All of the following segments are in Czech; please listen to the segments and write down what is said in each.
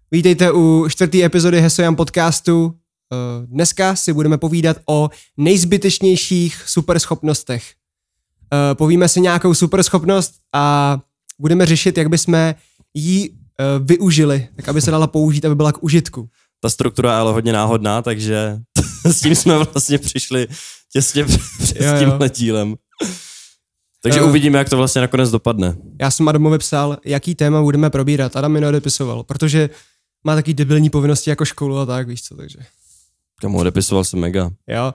Vítejte u 4. epizody Hesojam podcastu. Dneska si budeme povídat o nejzbytečnějších superschopnostech. Povíme si nějakou superschopnost a budeme řešit, jak bychom ji využili, tak aby se dala použít, aby byla k užitku. Ta struktura je ale hodně náhodná, takže s tím jsme vlastně přišli těsně před tímhle dílem. Takže uvidíme, jak to vlastně nakonec dopadne. Já jsem Adamovi psal, jaký téma budeme probírat. Adam mi neodepisoval, protože má taky debilní povinnosti jako školu a tak, víš co, takže. Kamu odepisoval jsem mega. Jo.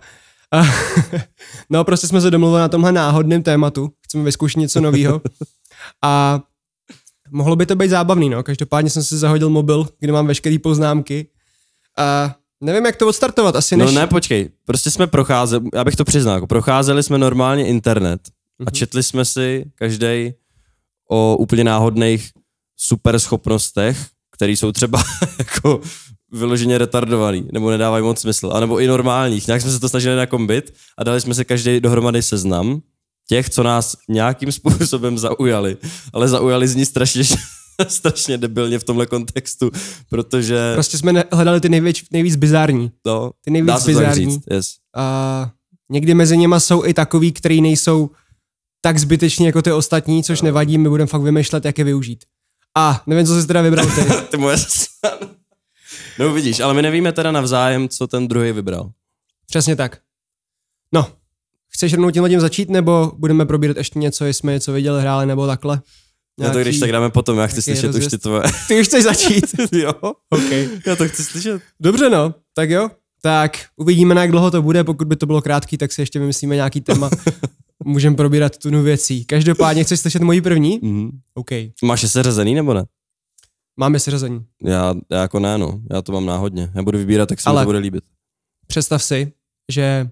No prostě jsme se domluvili na tomhle náhodném tématu. Chceme vyzkoušet něco nového. A mohlo by to být zábavný, no. Každopádně jsem si zahodil mobil, kde mám veškeré poznámky. A nevím, jak to odstartovat, asi než... No ne, počkej, prostě jsme procházeli, já bych to přiznal, jako procházeli jsme normálně internet a četli jsme si každej o úplně náhodných superschopnostech, které jsou třeba jako vyloženě retardovaný, nebo nedávají moc smysl, anebo i normálních. Nějak jsme se to snažili nakombit a dali jsme se každý dohromady seznam těch, co nás nějakým způsobem zaujali, ale zaujali z ní strašně debilně v tomhle kontextu, protože... Prostě jsme hledali ty nejvíc bizární. No, ty nejvíc bizární. Říct, yes. A někdy mezi nimi jsou i takový, který nejsou tak zbyteční jako ty ostatní, což nevadí, my budeme fakt vymýšlet, jak je využít. A nevím, co jsi teda vybral ty. Ty moje... No vidíš, ale my nevíme teda navzájem, co ten druhý vybral. Přesně tak. No, chceš rovnou tím začít, nebo budeme probírat ještě něco, jestli jsme něco viděli, hráli, nebo takhle? No to když tak dáme potom, já chci slyšet už ty tvoje. Ty už chceš začít? Jo. Okay. Já to chci slyšet. Dobře no, tak jo. Tak uvidíme, jak dlouho to bude, pokud by to bylo krátký, tak si ještě vymyslíme nějaký téma. Můžeme probírat tunu věcí. Každopádně chceš slyšet mojí první? OK. Máš je seřazený nebo ne? Máme seřazení. Já jako ne, no. Já to mám náhodně. Já budu vybírat, tak se mi to bude líbit. Představ si, že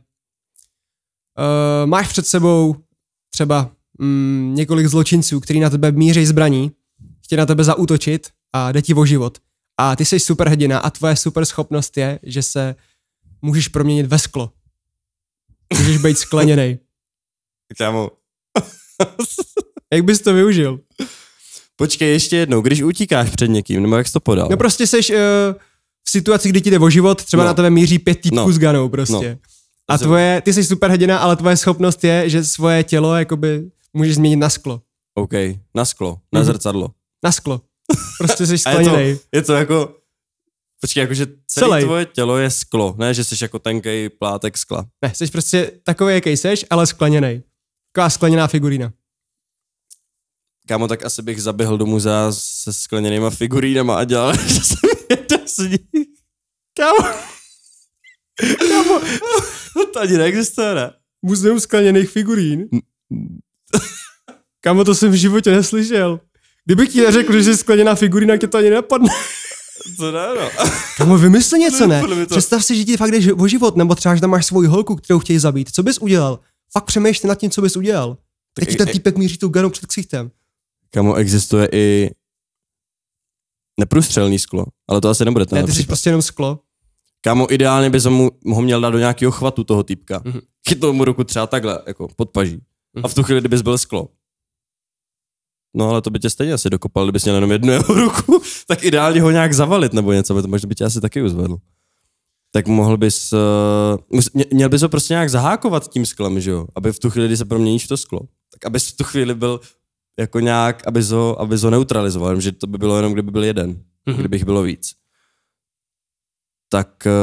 máš před sebou třeba několik zločinců, kteří na tebe míří zbraní, chtějí na tebe zaútočit a jde ti o život. A ty jsi superhrdina a tvoje super schopnost je, že se můžeš proměnit ve sklo. Můžeš být skleněnej. Kámo. Jak bys to využil? Počkej, ještě jednou, když utíkáš před někým, nebo jak jsi to podal? No prostě seš v situaci, kdy ti jde o život, třeba na tebe míří 5 týpků s ganou prostě. A ty jsi superhrdina, ale tvoje schopnost je, že svoje tělo jakoby můžeš změnit na sklo. OK, na sklo, na zrcadlo. Na sklo. Prostě jsi skleněnej. Je to jako, počkej, jakože celé tvoje tělo je sklo, ne, že jsi jako tenkej plátek skla. Ne, jsi prostě takový, jaký seš, ale skleněnej. Taková skleněná figurína. Kámo, tak asi bych zaběhl do muzea se skleněnýma figurínama a dělal, že jsem jeden z nich. Kámo, to ani neexistuje, ne? Muzeum skleněných figurín? Kámo, to jsem v životě neslyšel. Kdybych ti neřekl, že jsi skleněná figurína, tě to ani nenapadne. Co ne, no? Kámo, vymysli něco, ne? Představ si, že ti fakt jdeš o život, nebo třeba, že tam máš svoji holku, kterou chtějí zabít. Co bys udělal? Fakt přemýšlej nad tím, co bys udělal. Teď ti ten týpek míří tou ganou před ksichtem. Kámo, existuje i neprůstřelný sklo, ale to asi nebude ten. Ne, ty jsi prostě jenom sklo. Kámo, ideálně bys ho měl dát do nějakého chvatu toho týpka. Chytnou mu ruku třeba takhle, jako pod paží. A v tu chvíli, kdybys byl sklo. No ale to by tě stejně asi dokopal, kdybys měl jenom jednu jeho ruku, tak ideálně ho nějak zavalit nebo něco, možná by tě asi taky uzvedl. Tak mohl bys, měl bys ho prostě nějak zahákovat tím sklem, že jo? Aby v tu chvíli, kdy se proměníš v to sklo, tak abys v tu chvíli byl jako nějak, abys ho neutralizoval, že to by bylo jenom, kdyby byl jeden, kdybych bylo víc. Tak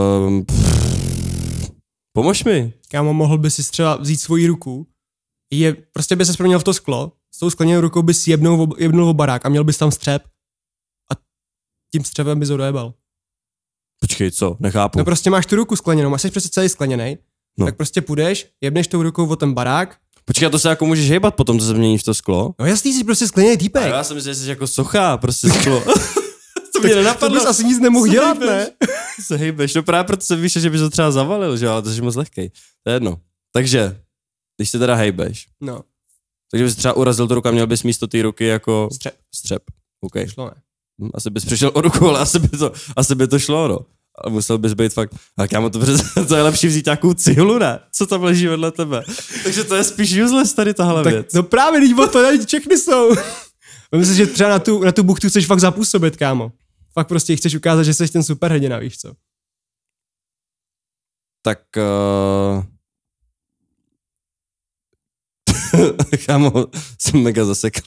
pomož mi. Kámo, mohl by si třeba vzít svoji ruku, prostě by se proměnil v to sklo, s tou skleněnou rukou bys jebnul o barák a měl bys tam střep a tím střepem bys ho dojebal. Počkej, co? Nechápu. No prostě máš tu ruku skleněnou, máš prostě celý skleněnej, tak prostě půjdeš, jebneš tou rukou o ten barák. Počkej, to se jako můžeš hejbat potom, co se měníš to sklo? No jasný, jsi prostě skleněný týpek. A já jsem myslel, že jsi jako socha, prostě sklo. To mě nenapadlo. To bys asi nic nemohl dělat, ne? Se hejbeš, no právě proto jsem víš, že bys to třeba zavalil, že jo, ale to je moc lehkej. To je jedno. Takže, když se teda hejbeš, takže bys třeba urazil tu ruku a měl bys místo té ruky jako střep. Okay. Šlo, ne? Asi bys přišel o ruku, ale asi by to šlo, no. A musel bys být fakt, ale kámo, to je lepší vzít nějakou cihlu, ne? Co tam leží vedle tebe. Takže to je spíš useless tady tahle věc. No právě, teď to všechny jsou. Myslím, že třeba na tu buchtu chceš fakt zapůsobit, kámo. Fakt prostě chceš ukázat, že jsi ten superhrdina, víš co? Tak... Kámo, jsem mega zasekl.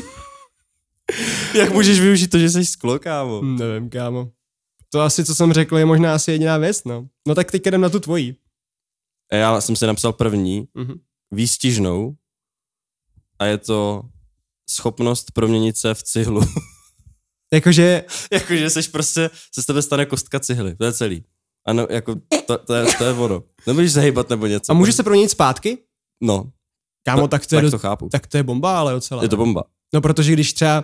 Jak můžeš využít to, že jsi sklo, kámo? Nevím, kámo. To asi, co jsem řekl, je možná asi jediná věc, no. No tak teď jdem na tu tvojí. Já jsem si napsal první, výstižnou, a je to schopnost proměnit se v cihlu. Jakože seš prostě, se z tebe stane kostka cihly, to je celý. Ano, jako, to je ono. Nemůžeš se hejbat nebo něco. A můžeš se proměnit zpátky? No. Kámo, tak to chápu. Tak to je bomba, ale docela. Je to bomba. No, protože když třeba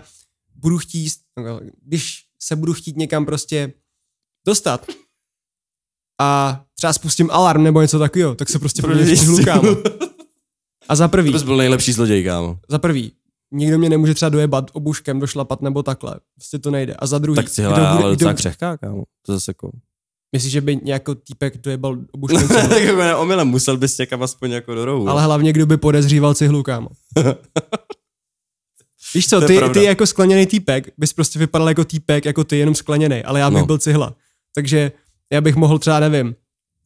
když se budu chtít někam prostě dostat a třeba spustím alarm nebo něco takového, tak se prostě proměním v cihlu, kámo. A za prvý. To bys byl nejlepší zloděj, kámo. Za prvý. Nikdo mě nemůže třeba dojebat obuškem, došlapat nebo takhle. Prostě to nejde. A za druhý. Tak cihla, ale docela křehká, kámo. To zase jako... Myslíš, že by nějaký týpek dojebal obuškem cihlu? Tak jako neomylem, musel bys někam aspoň jako do rohu. Ale hlavně, kdo by podezříval cihlu, kámo. Víš co, ty jako skleněný týpek bys prostě vypadal jako týpek, jako ty, jenom skleněný, ale já bych byl cihla. Takže já bych mohl třeba, nevím,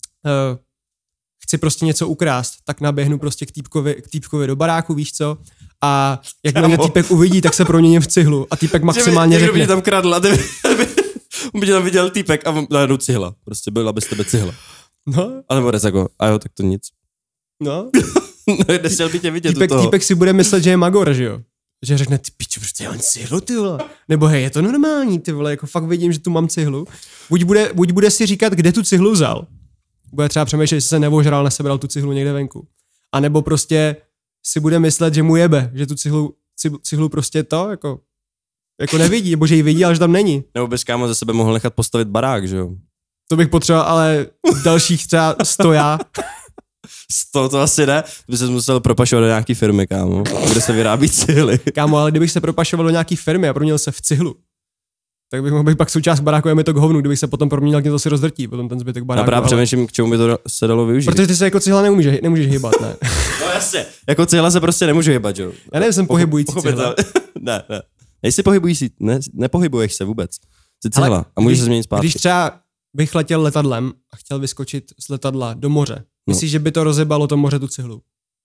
chci prostě něco ukrást, tak naběhnu prostě k týpkovi do baráku, víš co? A jak mě týpek uvidí, tak se proměním v cihlu. A týpek maximálně řekne... Někdo by tě tam kradl a on by tě tam viděl týpek a najednou cihla. Prostě byla by z tebe cihla. No. A nebo jako, a jo, tak to nic. No. Nechtěl by tě vidět Týpek si bude myslet, že je magor, že jo? Že řekne, ty pičo, prostě já mám cihlu, ty vole. Nebo hej, je to normální, ty vole, jako fakt vidím, že tu mám cihlu. Buď bude si říkat, kde tu cihlu vzal. Bude třeba přemýšlet, že se nevožral, nesebral tu cihlu někde venku. A nebo prostě si bude myslet, že mu jebe, že tu cihlu prostě to, jako nevidí, nebo že ji vidí, ale že tam není. Nebo bys, kámo, ze sebe mohl nechat postavit barák, že jo? To bych potřeboval, ale dalších třeba 100 já. 100 to asi ne, by se musel propašovat do nějaký firmy, kámo, kde se vyrábí cihly. Kámo, ale kdybych se propašoval do nějaký firmy a proměnil se v cihlu, tak bych mohl být pak součást baráku, je to k hovnu, kdybych se potom proměnil, to si rozdrtí, potom ten zbytek baráku. Já právě přemýšlím, k čemu by to se dalo využít. Protože ty se jako cihla nemůžeš hýbat, ne? No jasně, jako cihla se prostě nemůže hýbat, jo. Já nevím, jsem pohybující cihla. Ne. Nejsi pohybující, nepohybuješ se vůbec. Jsi cihla a můžeš se změnit zpátky. Když třeba bych letěl letadlem a chtěl vyskočit z letadla do moře, myslíš, že by to rozebalo to moře tu cihlu?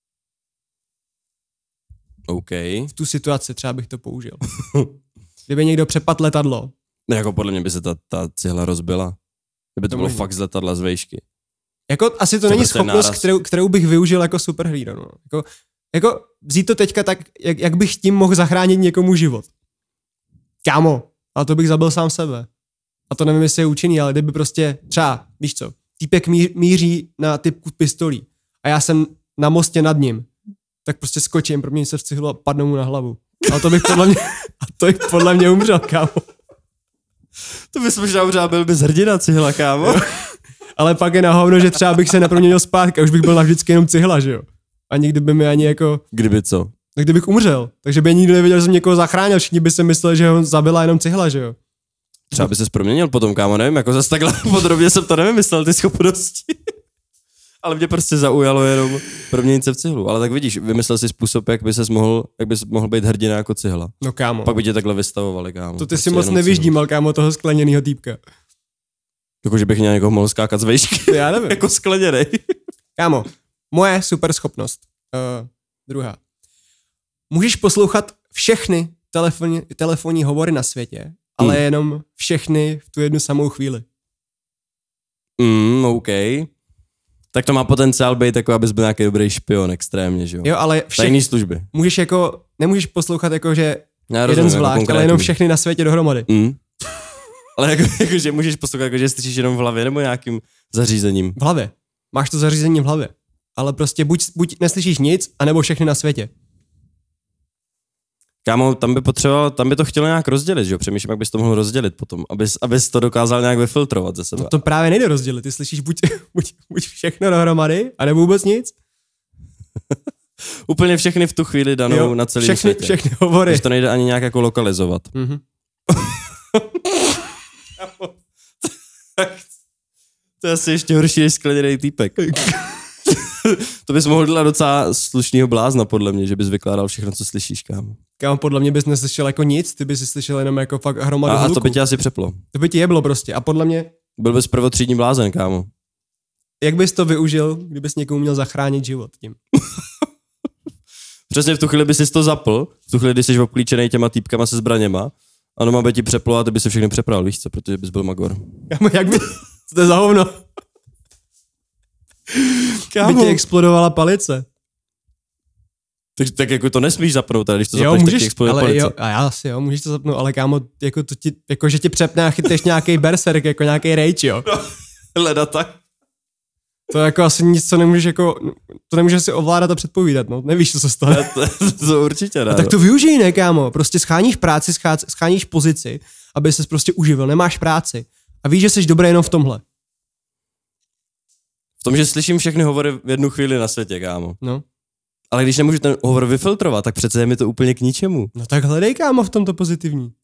OK. V tu situaci třeba bych to použil. Kdyby někdo přepadl letadlo. Ne, jako podle mě by se ta cihla rozbila. Kdyby to bylo fakt z letadla z vejšky. Jako asi to není schopnost, kterou bych využil jako superhero. No. Jako vzít to teďka tak, jak bych tím mohl zachránit někomu život. Kámo, ale to bych zabil sám sebe. A to nevím, jestli je účinný, ale kdyby prostě třeba, víš co, týpek míří na typku pistolí a já jsem na mostě nad ním, tak prostě skočím, proměním se v cihlu a padnu mu na hlavu. Ale to bych podle mě umřel, kámo. To bys možná umřel, byl bys hrdina cihla, kámo. Ale pak je na hovno, že třeba bych se neproměnil zpátky a už bych byl navždycky jenom cihla, že jo. A nikdy by mi ani jako... Kdyby co? Kdybych umřel. Takže by nikdo nevěděl, že jsem někoho zachránil, všichni by se mysleli, že ho zabila jenom cihla, že jo. Třeba by ses proměnil potom, kámo, nevím, jako zase takhle podrobně jsem to nevymyslel, ty schopnosti. Ale mě prostě zaujalo jenom proměnit se v cihlu. Ale tak vidíš, vymyslel si způsob, jak bys mohl být hrdina jako cihla. No kámo. Pak by tě takhle vystavovali, kámo. To ty si moc nevyždímal, kámo, toho skleněného týpka. Jakože bych někoho mohl skákat z vejšky. Já nevím. Jako skleněnej. Kámo, moje super schopnost. Druhá. Můžeš poslouchat všechny telefonní hovory na světě, ale jenom všechny v tu jednu samou chvíli. OK. Tak to má potenciál být jako, abys byl nějaký dobrý špion extrémně, že jo? Jo, ale tajný služby. Nemůžeš poslouchat jako, že jeden zvlášť, jako ale jenom všechny na světě dohromady. Ale jako, že můžeš poslouchat, jako, že slyšíš jenom v hlavě nebo nějakým zařízením? V hlavě. Máš to zařízení v hlavě. Ale prostě buď neslyšíš nic, anebo všechny na světě. Kámo, tam by to chtělo nějak rozdělit, že jo? Přemýšlím, jak bys to mohl rozdělit potom, abys to dokázal nějak vyfiltrovat ze sebe. No to právě nejde rozdělit, ty slyšíš buď všechno dohromady, anebo vůbec nic. Úplně všechny v tu chvíli danou na celý světě. Všechny hovory. Když to nejde ani nějak jako lokalizovat. To je asi ještě horší než skleněnej týpek. To bys mohl dělat docela slušnýho blázna, podle mě, že bys vykládal všechno, co slyšíš, kámo. Kámo, podle mě bys neslyšel jako nic, ty bys si slyšel jenom jako fakt hromadu hluku. A to by tě asi přeplo. To by ti jeblo prostě a podle mě... Byl bys prvotřídní blázen, kámo. Jak bys to využil, kdybys někomu měl zachránit život tím? Přesně v tu chvíli bys si to zapl, v tu chvíli, kdy jsi obklíčený těma týpkama se zbraněma, a doma by ti přeplo a ty by se všechny přepral, víš co, protože bys byl magor. Kámo, jak by... Co to je za hovno? Kámo. By ti explodovala palice. Tak jako to nesmíš zapnout, ale když to zapneš, tak ti exploduje palice. Jo, a já asi jo, můžeš to zapnout, ale kámo, jako, to ti, jako že ti přepne a chytneš nějaký berserk, jako nějaký rage, jo. No, leda tak. To je jako asi nic, co nemůžeš jako, to nemůžeš si ovládat a předpovídat, no. Nevíš, co se stane. To určitě ne. A tak to využij, ne, kámo. Prostě scháníš práci, scháníš pozici, aby ses prostě uživil. Nemáš práci. A víš, že jsi dobrý jenom v tomhle. V tom, že slyším všechny hovory v jednu chvíli na světě, kámo. No. Ale když nemůžu ten hovor vyfiltrovat, tak přece je mi to úplně k ničemu. No tak hledej, kámo, v tomto pozitivní.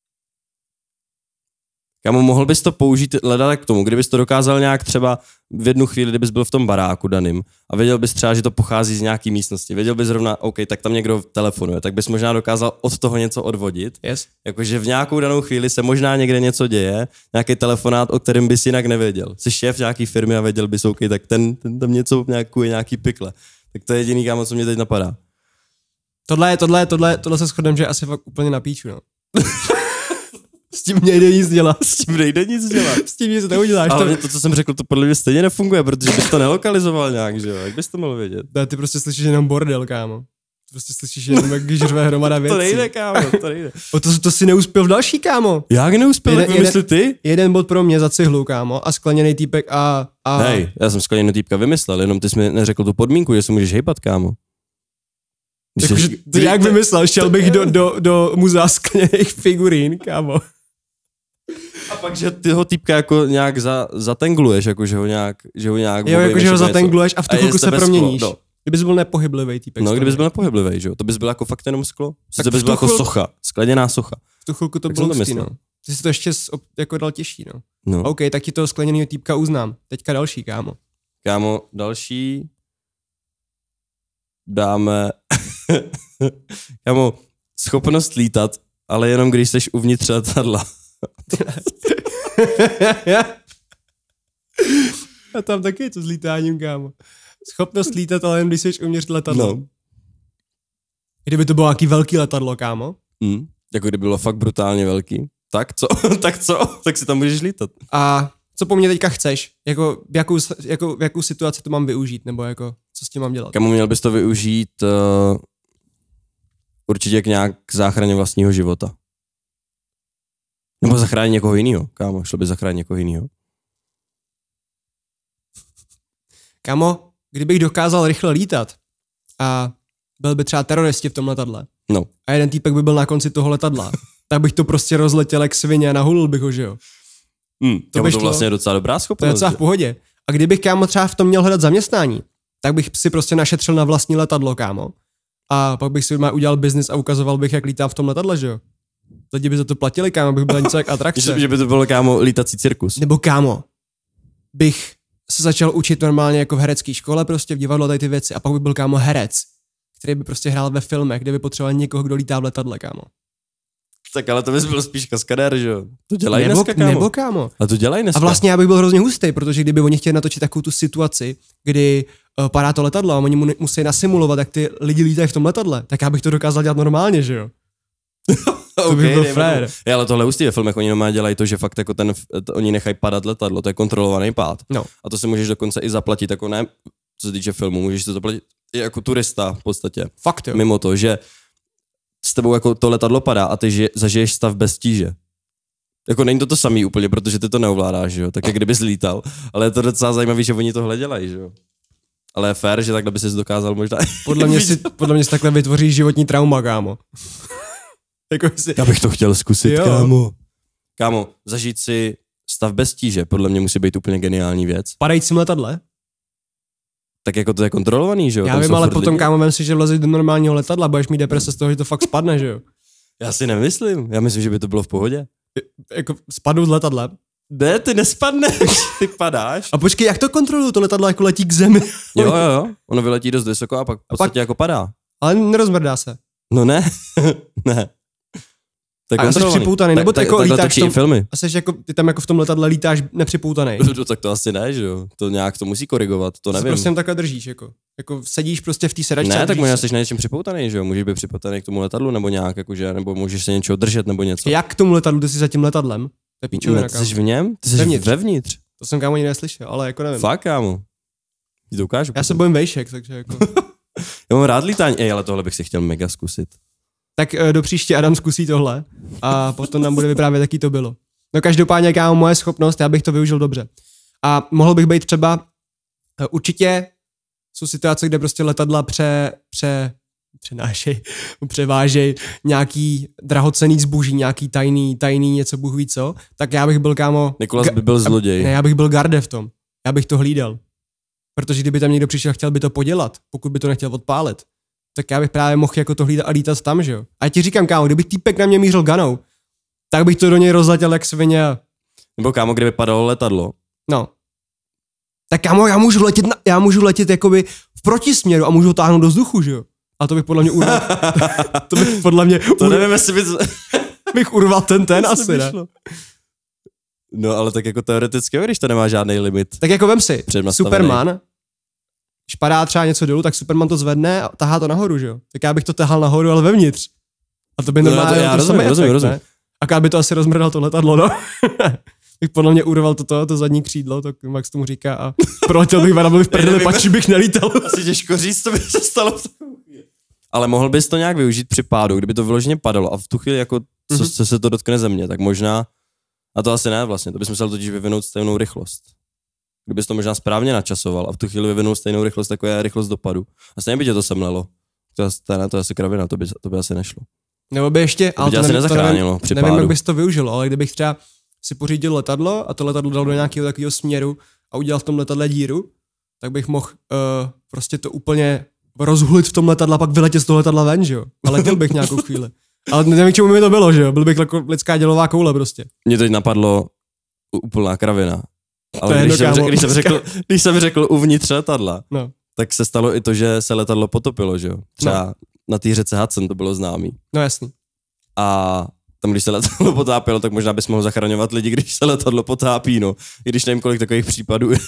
Kámo, mohl bys to použít leda k tomu, kdybys to dokázal nějak třeba v jednu chvíli, kdybys byl v tom baráku daným a věděl bys třeba, že to pochází z nějaký místnosti. Věděl bys zrovna, OK, tak tam někdo telefonuje, tak bys možná dokázal od toho něco odvodit. Yes. Jakože v nějakou danou chvíli se možná někde něco děje, nějaký telefonát, o kterém bys jinak nevěděl. Jsi šéf nějaký firmy a věděl bys, OK, tak ten tam něco nějaký pikle. Tak to je jediný, kámo, co mě teď napadá. Tohle se shodem, že je asi fakt úplně na píču, no. S tím nejde nic dělat. S tím nejde nic dělat. S tím nic neuděláš. Ale to, co jsem řekl, to podle mě stejně nefunguje, protože bys to nelokalizoval nějak, že jo? Jak bys to mohl vědět? Ne, ty prostě slyšíš jenom bordel, kámo. Prostě slyšíš jenom, jak žrve hromada věcí. To nejde, kámo, to nejde. To si neuspěl v další, kámo. Jak neuspěl, jak vymysli ty? Jeden bod pro mě za cihlu, kámo, a skleněný týpek a... Hej, já jsem skleněný týpka vymyslel, jenom ty jsi mi neřekl tu podmínku, že si můžeš hejbat, kámo. Jakože ty jak vymyslel, šel bych do muzea skleněných figurín, kámo. A pak, že ty ho týpka jako nějak zatengluješ, jako že ho nějak jo, jako že ho zatengluješ a v tu chvilku se proměníš. No. Kdybys byl nepohyblivý týpek. No, kdybys byl nepohyblivý, že jo, to bys byl jako fakt jenom sklo. Sice bys byl jako socha, skleněná socha. V tu chvilku to bylo hustý, no. Ty si to ještě jako dal těžší, no. No. OK, tak ti toho skleněného týpka uznám. Teďka další, kámo. Kámo, další dáme kámo, schopnost lítat, ale jenom když jsi uvnitř letadla. A tam taky je to s lítáním, kámo. Schopnost lítat, ale jen když jsi uvnitř letadla. No. Kdyby to bylo nějaký velký letadlo, kámo. Jako kdyby bylo fakt brutálně velký. Tak co? Tak si tam můžeš lítat. A co po mně teďka chceš? Jako, v jakou situaci to mám využít? Nebo jako, co s tím mám dělat? Kamu měl bys to využít určitě k záchraně vlastního života. Nebo zachránit někoho jiného. Kámo, šlo by zachránit někoho jiného. Kámo, kdybych dokázal rychle lítat a byl by třeba teroristi v tom letadle a jeden týpek by byl na konci toho letadla, tak bych to prostě rozletěl jak svině a nahulil bych ho, že jo? To vlastně je docela dobrá schopnost. To je docela v pohodě. A kdybych, kámo, třeba v tom měl hledat zaměstnání, tak bych si prostě našetřil na vlastní letadlo, kámo. A pak bych si udělal biznis a ukazoval bych, jak lítám v tom letadle, že jo? Lidi by za to platili, kámo, bych byl něco jak atrakce. Že by to bylo, kámo, lítací cirkus. Nebo, kámo, bych se začal učit normálně jako v herecké škole, prostě v divadle tady ty věci a pak by byl, kámo, herec, který by prostě hrál ve filmech, kde by potřeboval někoho, kdo lítá v letadle, kámo. Tak ale to bys byl spíš kaskadér, že jo? To dělají dneska, kámo. Nebo, kámo. A to dělají dneska. A vlastně já bych byl hrozně hustý, protože kdyby oni chtěli natočit takovou tu situaci, kdy padá to letadlo a oni musí nasimulovat, jak ty lidi lítají v tom letadle, tak já bych to dokázal dělat normálně, že jo? To by byl frér. Ale tohle hustý ve filmech, oni normálně dělají to, že fakt jako oni nechají padat letadlo, to je kontrolovaný pád. No. A to si můžeš dokonce i zaplatit, jako ne, co se týče filmu, můžeš to zaplatit i jako turista v podstatě. Fakt jo. Mimo to, že s tebou jako to letadlo padá a ty zažiješ stav bez tíže. Jako není to samý úplně, protože ty to neovládáš, že jo, tak jak kdybys lítal, ale je to docela zajímavý, že oni tohle dělají, že jo. Ale je fér, že takhle by si dokázal možná. Podle mě si takhle vytvoříš životní trauma, kámo. Jako já bych to chtěl zkusit, jo. Kámo. Kámo, zažít si stav bez tíže, podle mě musí být úplně geniální věc. Padajícím letadle? Tak jako to je kontrolovaný, že jo? Já vím, ale potom, kámo, vem si, že vlezeš do normálního letadla, budeš mít deprese z toho, že to fakt spadne, že jo? Já si nemyslím, já myslím, že by to bylo v pohodě. Jako spadnu z letadla? Ne, ty nespadneš, ty padáš. A počkej, jak to kontroluju? To letadlo jako letí k zemi. Jo, ono vyletí dost vysoko a pak v podstatě jako padá. Ale nerozmrdá se. No ne, ne. A jsi připoutaný, nebo jako lítáš v filmy. A jsi jako, ty tam jako v tom letadle lítáš nepřipoutaný. No, tak to asi ne, že jo. To nějak to musí korigovat, to nevím. Prostě takhle držíš, jako sedíš prostě v té sedačce. Ne, tak možná jsi na něčem připoutaný, že jo. Můžeš být připoutaný k tomu letadlu, nebo nějak, jakože, nebo můžeš se něčeho držet, nebo něco. Jak k tomu letadlu, ty jsi za tím letadlem? To je píčovina, ty jsi v něm? Ty jsi vevnitř. To jsem kámo ani neslyšel, ale jako nevím. Fakt, kámo. To ukážu. Já se bojím vejšek, takže jako. Já mám rád lítání, ale tohle bych si chtěl mega zkusit. Tak do příště Adam zkusí tohle a potom nám bude vyprávět, jaký to bylo. No každopádně, kámo, moje schopnost, já bych to využil dobře. A mohl bych být třeba, určitě jsou situace, kde prostě letadla převážej nějaký drahocenný zboží, nějaký tajný něco, Bůh ví co, tak já bych byl, kámo... Nikolas by byl zloděj. Ne, já bych byl garde v tom. Já bych to hlídal. Protože kdyby tam někdo přišel a chtěl by to podělat, pokud by to nechtěl odpálit, tak já bych právě mohl jako to hlídat a lítat tam, že jo. A já ti říkám, kámo, kdyby týpek na mě mířil ganou, tak bych to do něj rozletěl jak svině. Nebo kámo, kdyby padalo letadlo. No. Tak kámo, já můžu letět jakoby v protisměru a můžu ho táhnout do vzduchu, že jo. A to bych podle mě urval. To nevím, jestli bych urval ten asi, ne? No, ale tak jako teoreticky, když to nemá žádný limit. Tak jako vem si, Superman, když padá třeba něco dolů, tak Superman to zvedne a tahá to nahoru, že jo? Tak já bych to tahal nahoru, ale vevnitř. A to by normálně já rozumím. Aká by to asi rozmrdal to letadlo, no. Bych podle mě urval to zadní křídlo, to Max tomu říká a proletěl bych byl v prdeli, pači bych nelítal. Asi těžko říct, co by se stalo. Ale mohl bys to nějak využít při pádu, kdyby to vyloženě padalo a v tu chvíli jako co se to dotkne země, tak možná, a to asi ne vlastně, to bys musel totiž vyvinout stejnou rychlost. Kdybys to možná správně načasoval a v tu chvíli vyvinul stejnou rychlost, jako je rychlost dopadu. A stejně by tě to semlelo. To je asi kravina, to by asi nešlo. Nebo by ještě, ale to asi nezachránilo při pádu. Nevím, jak bys to využil, ale kdybych třeba si pořídil letadlo a to letadlo dal do nějakého takového směru a udělal v tom letadle díru, tak bych mohl prostě to úplně rozhulit v tom letadle a pak vyletět z toho letadla ven, že jo? A letěl bych nějakou chvíli. Ale nevím, k čemu mi to bylo, že jo? Byl bych jako lidská dělová koule prostě. Mně teď napadlo úplná kravina. Ale když jsem řekl uvnitř letadla, tak se stalo i to, že se letadlo potopilo, že jo? Třeba na té řece Hudson to bylo známý. No jasný. A tam, když se letadlo potápilo, tak možná bys mohl zachraňovat lidi, když se letadlo potápí, no. I když nevím, kolik takových případů je.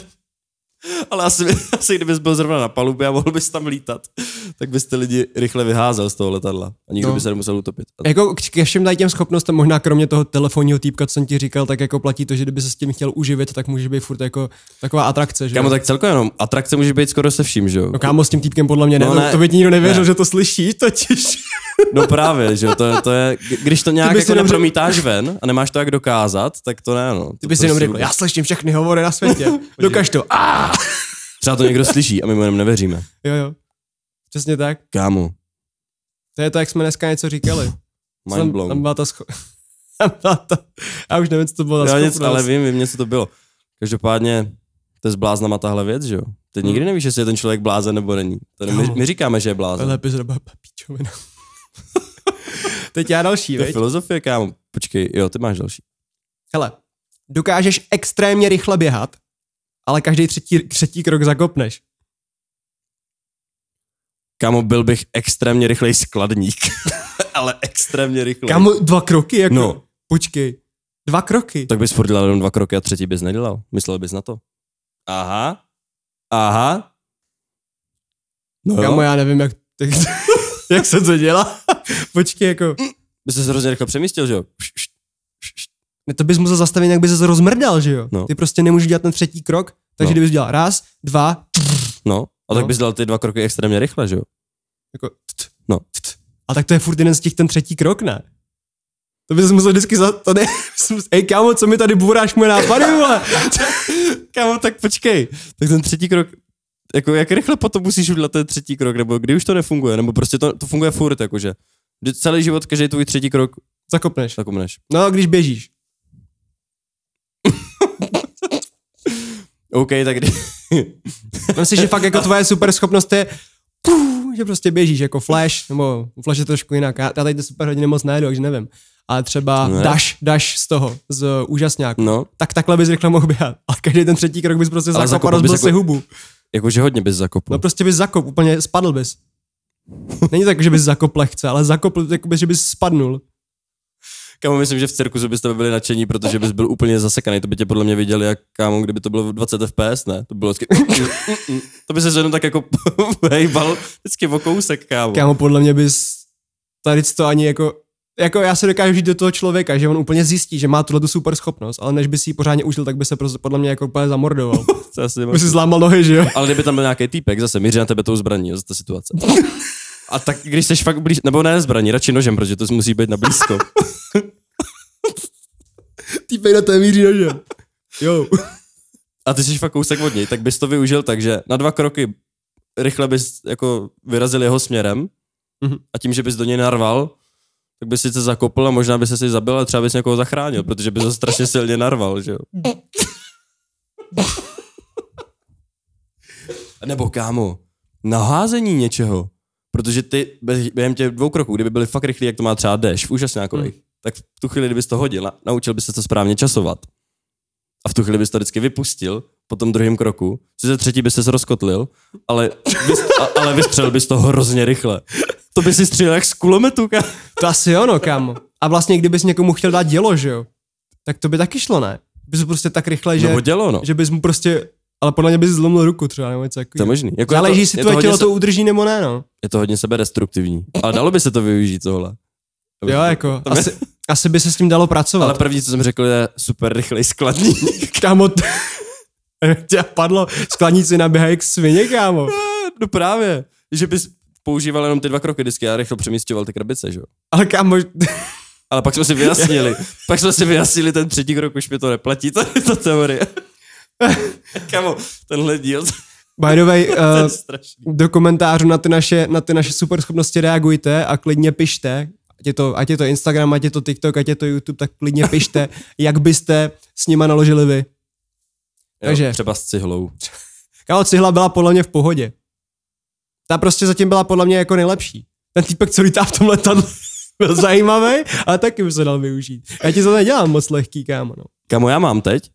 Ale asi kdybys byl zrovna na palubě a mohl bys tam lítat, tak bys ty lidi rychle vyházel z toho letadla a nikdo by se nemusel utopit. Jako ke všem tady těm schopnostem, možná kromě toho telefonního týpka, co jsem ti říkal, tak jako platí to, že kdyby se s tím chtěl uživit, tak může být furt jako taková atrakce, že? Kámo, tak celkově jenom atrakce může být skoro se vším, že jo? No kámo, s tím týpkem podle mě ne, to by ti nikdo nevěřil, že to slyší, totiž. No právě, že to je, když to nějak jako nepromítáš ven a nemáš to jak dokázat, tak to ne, no. Ty bys jenom řekl, já slyším všechny hovory na světě, dokaž to. Třeba to někdo slyší a my mu jenom nevěříme. Jo. Přesně tak. Kámo. To je to, jak jsme dneska něco říkali. Mind blown. Tam byla ta já už nevím, co to bylo. Ale vím něco to bylo. Každopádně to je s bláznama tahle věc, že jo? Ty nikdy nevíš, jestli je ten člověk blázen nebo není. My říkáme, že je blázen. Ale epizoda píčovina. Teď já další, veď? To je filozofie, kámo. Počkej, jo, ty máš další. Hele, dokážeš extrémně rychle běhat, ale každý třetí krok zakopneš. Kámo, byl bych extrémně rychlej skladník. Ale extrémně rychlej. Kámo, 2 kroky, jako? No. Počkej. 2 kroky. Tak bys furt dělal jenom 2 kroky a třetí bys nedělal. Myslel bys na to. Aha. No kámo, já nevím, jak se to dělá. Počkej, jako... Bys se hrozně rychle přemístil, že jo? Ne, to bys musel zastavit, jak bys se rozmrdal, že jo? No. Ty prostě nemůžeš dělat ten třetí krok, takže kdybys dělal 1, 2... No, a tak bys dělal ty 2 kroky extrémně rychle, že jo? Jako... No. A tak to je furt jeden z těch ten třetí krok, ne? To bys musel vždycky Ej, kámo, co mi tady bůráš moje nápady, vole? Kámo, tak počkej. Tak ten třetí krok, jako jak rychle potom musíš udělat ten třetí krok, nebo kdy už to nefunguje, nebo prostě to funguje furt, jakože. Celý život, každý tvůj třetí krok zakopneš. No, když běžíš. OK, tak Myslím si, že fakt jako tvoje super schopnost je, že prostě běžíš jako Flash, nebo Flash je trošku jinak. Já tady ty super hodiny moc nejedu, takže nevím. Ale třeba dash z toho, z úžasňáku. No. Tak takhle bys rychle mohl běhat. A každý ten třetí krok bys prostě zakopal a rozbil si hubu. Jakože hodně bys zakopl. No prostě bys úplně spadl bys. Není tak, že bys zakopl lehce, ale zakopl, jakoby, že bys spadnul. Kámo, myslím, že v cirkusu byste byli nadšení, protože bys byl úplně zasekaný. To by tě podle mě viděli, jak kámo, kdyby to bylo 20 fps, ne? To bylo vždycky... To by se jenom tak jako hejbal vždycky o kousek, kámo. Kámo, podle mě bys tady to ani jako já se dokážu žít do toho člověka, že on úplně zjistí, že má tuhle super schopnost, ale než by si ji pořádně užil, tak by se prostě podle mě jako úplně zamordoval. By si zlámal nohy, že jo? Ale kdyby tam byl nějaký týpek, zase míří na tebe tou zbraní, jo, za ta situace. A tak když jsi fakt blíž, nebo ne zbraní, radši nožem, protože to musí být na blízko. Týpek na té míří nožem. Jo. A ty jsi fakt kousek od něj, tak bys to využil tak, že na 2 kroky rychle bys jako vyrazil jeho směrem a tím, že bys do něj narval, tak bys sice zakopl a možná bys se si zabil, ale třeba bys někoho zachránil, protože bys ho strašně silně narval, že jo. Nebo kámo, naházení něčeho, protože ty během těch 2 kroků, kdyby byly fakt rychlí, jak to má třeba Dash v úžasňákových, tak v tu chvíli, kdybys to hodil, naučil bys se to správně časovat. A v tu chvíli bys to vždycky vypustil po tom 2. kroku, sice 3. bys se rozkotlil, ale vystřelil bys to hrozně rychle. To by si střílel jak z kulometu, kámo. To asi ono, kámo. A vlastně, kdybys někomu chtěl dát dělo, že jo, tak to by taky šlo, ne? Bys prostě tak rychle, že, dělo, no. Že bys mu prostě, ale podle mě bys zlomil ruku třeba, nebo něco takového. To je možný. Jako záleží, jestli tvoje tělo to udrží, nebo ne, no. Je to hodně sebedestruktivní. Ale dalo by se to využít tohle. Jo, jako, asi by se s tím dalo pracovat. Ale první, co jsem řekl, je super rychlej skladník. Kámo, tě padlo, skladníci naběhají jak svině, kámo. No právě, že bys používal jenom ty 2 kroky vždycky a rychle přemísťoval ty krabice, že jo. Ale kámo... Ale pak jsme si vyjasnili, ten 3. krok už mi to neplatí, to je ta teorie. Kámo, tenhle díl... By the way, do komentářů na ty naše super schopnosti reagujte a klidně pište, ať je to Instagram, ať je to TikTok, ať je to YouTube, tak klidně pište, jak byste s nima naložili vy. Takže, třeba s cihlou. Kámo, cihla byla podle mě v pohodě. Ta prostě zatím byla podle mě jako nejlepší. Ten týpek, co lítá v tom letadle, byl zajímavý, ale taky by se dal využít. Já ti to nedělám moc lehký, kámo. No. Kámo, já mám teď.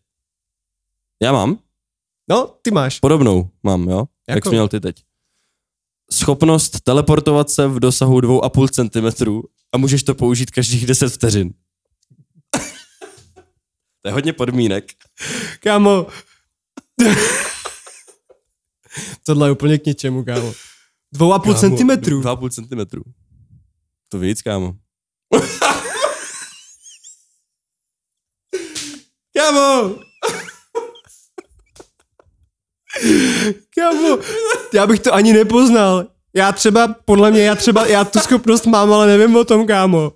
No, ty máš. Podobnou mám, jo? Jak jsi měl ty teď. Schopnost teleportovat se v dosahu 2,5 cm a můžeš to použít každých 10 vteřin. To je hodně podmínek. Kámo. Tohle je úplně k ničemu, kámo. 2,5 cm. 2,5 cm. To víc, kámo. Kámo. Kámo, já bych to ani nepoznal. Já tu schopnost mám, ale nevím o tom, kámo.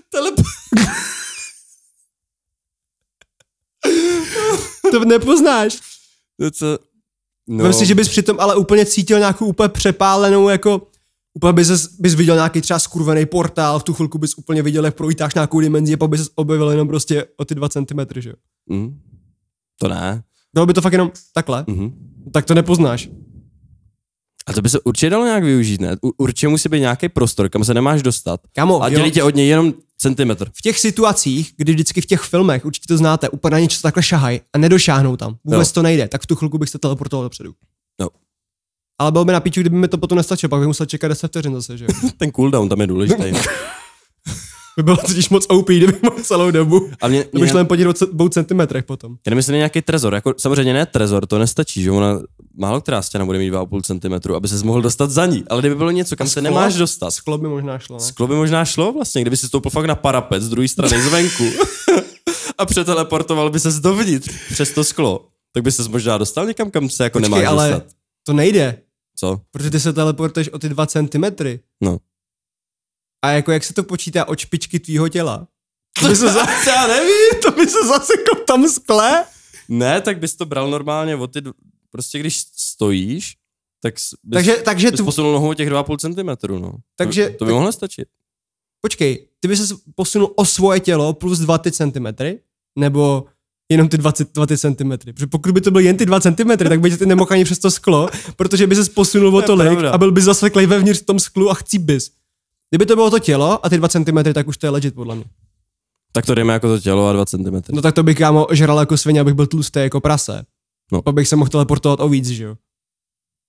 To nepoznáš. No. Prostě, že bys přitom ale úplně cítil nějakou úplně přepálenou, jako úplně bys viděl nějaký třeba skurvený portál, v tu chvilku bys úplně viděl, jak prolítáš nějakou dimenzi a pak bys objevil jenom prostě o ty 2 cm, že jo? To ne. Bylo by to fakt jenom takhle? Tak to nepoznáš. A to by se určitě dalo nějak využít, ne? Určitě musí být nějaký prostor, kam se nemáš dostat. Kámo, a dělí tě od něj jenom centimetr. V těch situacích, kdy vždycky v těch filmech, určitě to znáte, úplně na něco takhle šahají a nedošáhnou tam. Vůbec to nejde, tak v tu chvilku bych se teleportoval dopředu. No. Ale bylo by na píču, kdyby mi to potom nestačilo, pak bych musel čekat 10 vteřin zase, že jo? Ten cooldown tam je důležitý. By bylo totiž moc OP, kdyby mohl celou dobu. A mě šlo po těch 2 centimetrech potom. Já nemyslím nějaký trezor, jako samozřejmě ne trezor, to nestačí, že ona málo která stěna bude mít 2,5 cm, aby ses mohl dostat za ní, ale kdyby bylo něco, kam se nemáš dostat. Sklo by možná šlo, ne? Sklo by možná šlo vlastně, kdyby si stoupil fakt na parapet z druhé strany zvenku a přeteleportoval by ses dovnitř přes to sklo, tak by ses možná dostal někam, kam se jako nemáš ale dostat. To nejde. Co? Protože ty se teleportuješ o ty 2 cm. No. A jako jak se to počítá od špičky tvýho těla? To by se já nevím, to by se zasekl v tom skle? Ne, tak bys to bral normálně od ty, prostě když stojíš, tak bys posunul nohu o těch 2,5 cm, no. Takže, to by mohlo stačit. Počkej, ty bys se posunul o svoje tělo plus 2 cm, nebo jenom ty 2 cm. Protože pokud by to byly jen ty 2 cm, tak by ty nemohl ani přes to sklo, protože by se posunul o tolik a byl by zaseklej vevnitř v tom sklu a chcíp bys. Kdyby to bylo to tělo a ty 2 cm, tak už to je legit podle mě. Tak to jdeme jako to tělo a 2 cm. No tak to bych, kámo, žral jako svině, abych byl tlustý jako prase. No. Pak bych se mohl teleportovat o víc, že jo?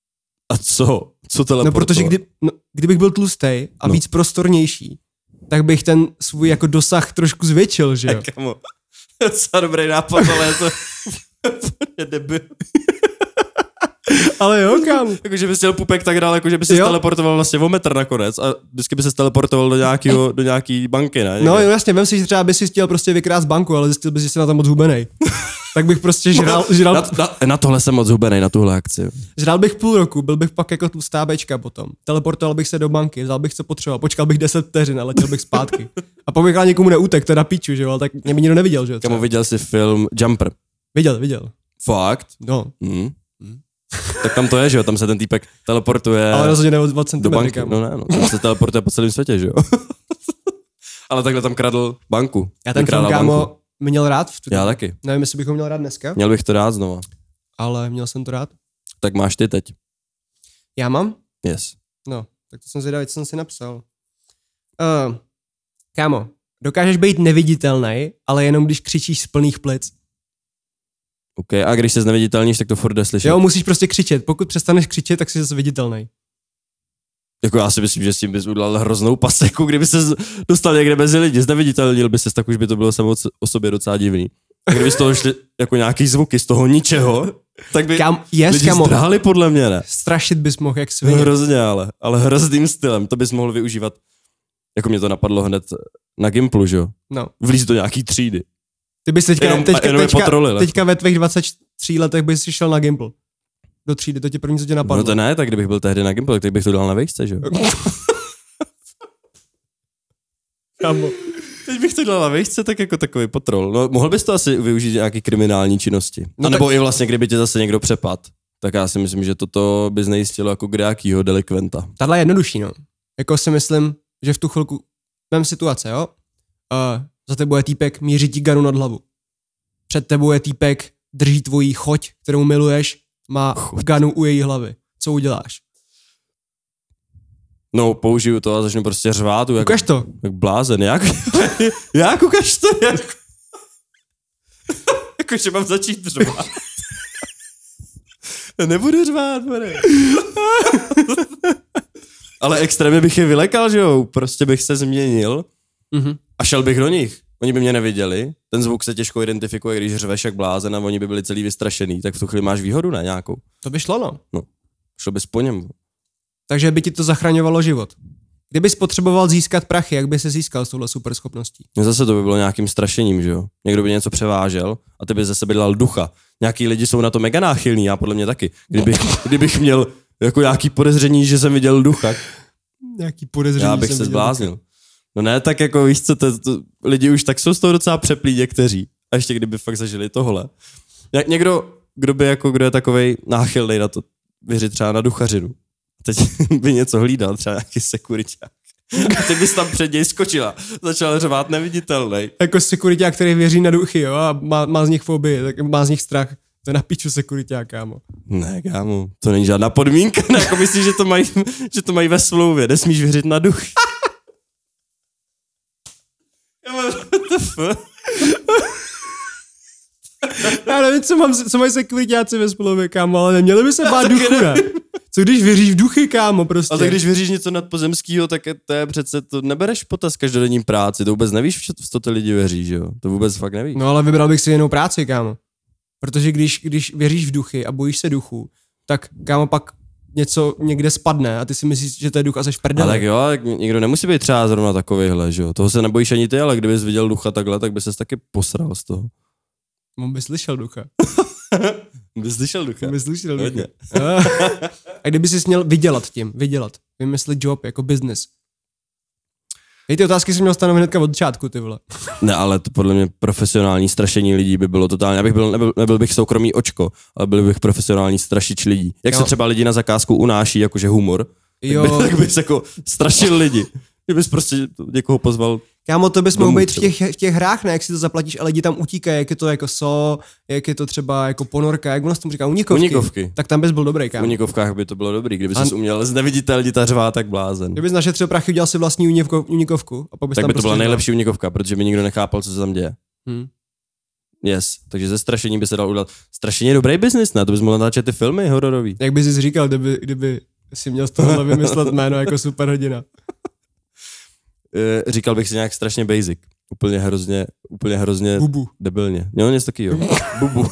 A co? Co teleportovat? No protože kdybych byl tlustej a víc prostornější, tak bych ten svůj jako dosah trošku zvětšil, že jo? Kamo, docela dobrý nápad, ale je to úplně debil. Ale jo, kámo. Jakože bys měl pupek tak dál, jakože bys se teleportoval vlastně o metr nakonec a vždycky bys se teleportoval do nějaký banky, ne? No jo, jasně, vem si, že třeba bys si chtěl prostě vykrást banku, ale zjistil bys, že jsi na tom moc hubenej. Tak bych prostě žral... Na tohle jsem moc hubenej, na tuhle akci. Žral bych půl roku, byl bych pak jako tlustá bečka potom. Teleportoval bych se do banky, vzal bych, co potřeboval, počkal bych 10 vteřin a letěl bych zpátky. A pak bych někomu neutek, teda píču, že jo, ale tak mě by nikdo neviděl, že jo. Kamu viděl jsi film Jumper? Viděl. Fakt? No. Tak tam to je, že jo, tam se ten týpek teleportuje. Ale rozhodně ne o 2 do banky. cm. No, tam se teleportuje po celém světě, že jo. Ale takhle tam kradl banku. Já ten film, kámo, měl rád. Já taky. Nevím, jestli bych ho měl rád dneska. Měl bych to rád znova. Ale měl jsem to rád. Tak máš ty teď. Já mám? Yes. No, tak to jsem zvědavý, co jsem si napsal. Kámo, dokážeš být neviditelný, ale jenom když křičíš z plných plic. OK, a když se neviditelníš, tak to furt jde slyšet. Jo, musíš prostě křičet. Pokud přestaneš křičet, tak jsi zase viditelný. Jako já si myslím, že s tím bys udělal hroznou paseku, kdyby se dostal někde mezi lidi, zneviditelnil by ses, tak už by to bylo samo o sobě docela divný. A kdyby z toho šli jako nějaký zvuky, z toho ničeho, tak by lidi zdráhli podle mě, ne? Strašit bys mohl, jak svině. Hrozně, ale hrozným stylem, to bys mohl využívat. Jako mě to napadlo hned na Gimplu, že jo? No. Vlíz do nějaký třídy. Ty bys teďka ve tvých 23 letech bys šel na Gimple. Do třídy, to tě první, co tě napadlo. No to ne, tak kdybych byl tehdy na Gimple, tak bych to dal na vejšce, že jo? Kámo. Teď bych to dal na vejšce, tak jako takový patrol. No, mohl bys to asi využít nějaký kriminální činnosti. No, nebo tak... i vlastně, kdyby tě zase někdo přepad. Tak já si myslím, že toto by znejistilo jako kdejakýho delikventa. Tahle je jednodušší, no. Jako si myslím, že v tu chvilku, mám situace, jo? Za tebou je týpek, míří ti ganu nad hlavu. Před tebou je týpek, drží tvoji choť, kterou miluješ, má ganu u její hlavy. Co uděláš? No, použiju to a začnu prostě řvát. Ukaž to. Jak blázen, jak? Jak ukaž to? Jako, že mám začít řvát. Nebudu řvát, pane. Ale extrémně bych je vylekal, že jo? Prostě bych se změnil a šel bych do nich. Oni by mě neviděli, ten zvuk se těžko identifikuje, když řveš jak blázen a oni by byli celý vystrašený, tak v tu chvíli máš výhodu, ne nějakou? To by šlo, no. No, šlo bys po něm. Takže by ti to zachraňovalo život. Kdybys potřeboval získat prachy, jak by se získal s touhle superschopností? No zase to by bylo nějakým strašením, že jo? Někdo by něco převážel a ty by ze sebe dělal ducha. Nějaký lidi jsou na to mega náchylní, já podle mě taky. Kdybych měl jako nějaký podezření, že jsem viděl ducha. Nějaký podezření, já bych se zbláznil. No ne, tak jako víš co, lidi už tak jsou z toho docela přeplí někteří. A ještě kdyby fakt zažili tohle. Někdo, kdo je takovej náchylnej na to, věřit třeba na duchařinu. Teď by něco hlídal, třeba nějaký sekuriťák. A ty bys tam před něj skočila. Začal řvát neviditelnej. Jako sekuriťák, který věří na duchy, jo, a má z nich fobii, tak má z nich strach. To je na piču sekuriťák, kámo. Ne, kámo, to není žádná podmínka. Ne, jako myslíš, že to mají ve smlouvě. Nesmíš věřit na duchy. Já nevím, co mají sekuriťáci ve smlouvě, kámo, ale neměli by se bát duchu, ne? Co když věříš v duchy, kámo, prostě? A tak když věříš něco nadpozemského, tak to je přece, to nebereš potaz každodenní práci, to vůbec nevíš, v co ty lidi věří, že jo? To vůbec fakt nevíš. No ale vybral bych si jinou práci, kámo. Protože když věříš v duchy a bojíš se duchů, tak, kámo, pak něco někde spadne a ty si myslíš, že to je duch a seš prdele. Ale tak jo, tak někdo nemusí být třeba zrovna takovýhle, že jo? Toho se nebojíš ani ty, ale kdybys viděl ducha takhle, tak by ses taky posral z toho. On by slyšel ducha. Bys slyšel ducha. A kdyby jsi měl vydělat, vymyslet job jako business. Ty otázky jsem měl stanovit hnedka od začátku, ty vole. Ne, ale to podle mě profesionální strašení lidí by bylo totálně. Nebyl bych soukromý očko, ale byl bych profesionální strašič lidí. Jak se třeba lidi na zakázku unáší, jakože humor, tak bys jako strašil lidi. Kdybys prostě někoho pozval. Kámo, to bys mohl být v těch hrách, ne? Jak si to zaplatíš a lidi tam utíkají, jak je to jako jak je to třeba jako ponorka, jak ono se tomu říká, unikovky. Tak tam bys byl dobrý, kámo. V unikovkách by to bylo dobrý, kdyby jsi uměl zneviditelnit a řvát tak blázen. Kdybys našetřil prachy, udělal si vlastní unikovku a pak bys tak tam by to prostě byla nejlepší unikovka, protože by nikdo nechápal, co se tam děje. Yes, takže ze strašení by se dal udělat. Strašení je dobrý biznis, ne? To bys mohl natáčet ty filmy hororový. Jak bys jsi říkal, kdyby si měl z tohohle vymyslet jméno jako superhrdina? Říkal bych si nějak strašně basic. Úplně hrozně Bubu. Debilně. Jo, něco takového. Bubu.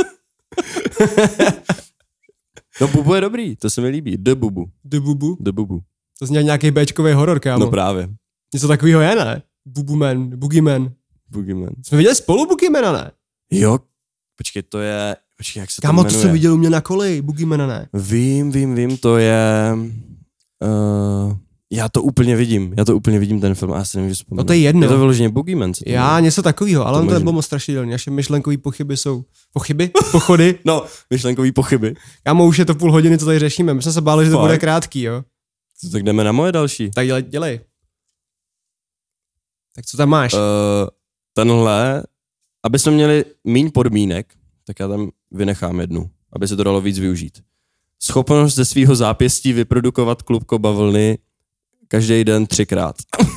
No Bubu je dobrý, to se mi líbí. The Bubu. The Bubu? The Bubu. To zní nějaký béčkový horor, kámo. No právě. Něco takového je, ne? Boogeyman. Boogeyman. Jsme viděli spolu Boogeymana, ne? Jo. Počkej, jak se Kámo, to jmenuje? to jsem viděl u mě na koleji, Boogeymana, ne? Vím, to je... Já to úplně vidím ten film, a já si nevím, že vzpomínám. No to je jedno. Je to vyloženě Boogeyman. Něco takového, ale to nebylo moc strašidelný. Naše myšlenkový pochyby jsou... Pochody? No, myšlenkový pochyby. Kámo, už je to půl hodiny, co tady řešíme. My jsme se báli, že to bude krátký, jo? Tak jdeme na moje další. Tak dělej. Tak co tam máš? Tenhle, aby jsme měli míň podmínek, tak já tam vynechám jednu, aby se to dalo víc využít. Schopnost ze svého zápěstí vyprodukovat klubko bavlny každý den 3krát.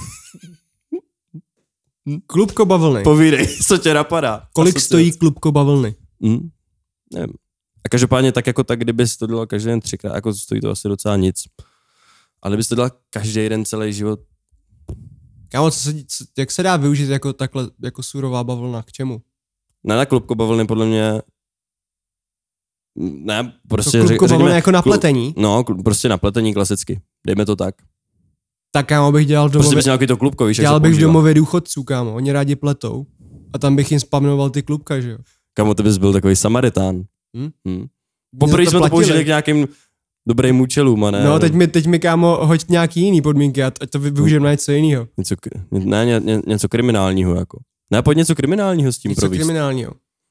Klubko bavlny. Povídej, co tě napadá. Kolik stojí klubko bavlny? Nevím. A každopádně tak jako tak, kdybys to dělal každý den 3krát, jako stojí to asi docela nic. Ale kdybys to dělal každý den celý život. Kámo, jak se dá využít jako takhle, jako surová bavlna, k čemu? Ne, na klubko bavlny podle mě... Ne, prostě... To klubko bavlny jako na pletení? No, prostě na pletení klasicky. Dejme to tak. Tak kámo, bych dělal v domově... Prostě bys nějaký to klubko, víš, dělal bych v domově důchodců, kámo. Oni rádi pletou. A tam bych jim spamnoval ty klubka, že jo? Kámo, ty bys byl takový Samaritán. Poprvé jsme to použili k nějakým dobrým účelům, a ne? No, teď mi kámo, hoď nějaký jiný podmínky, ať to využijem na něco jiného. Něco kriminálního, jako. Ne, pojď něco kriminálního s tím něco províst. Něco kriminálního.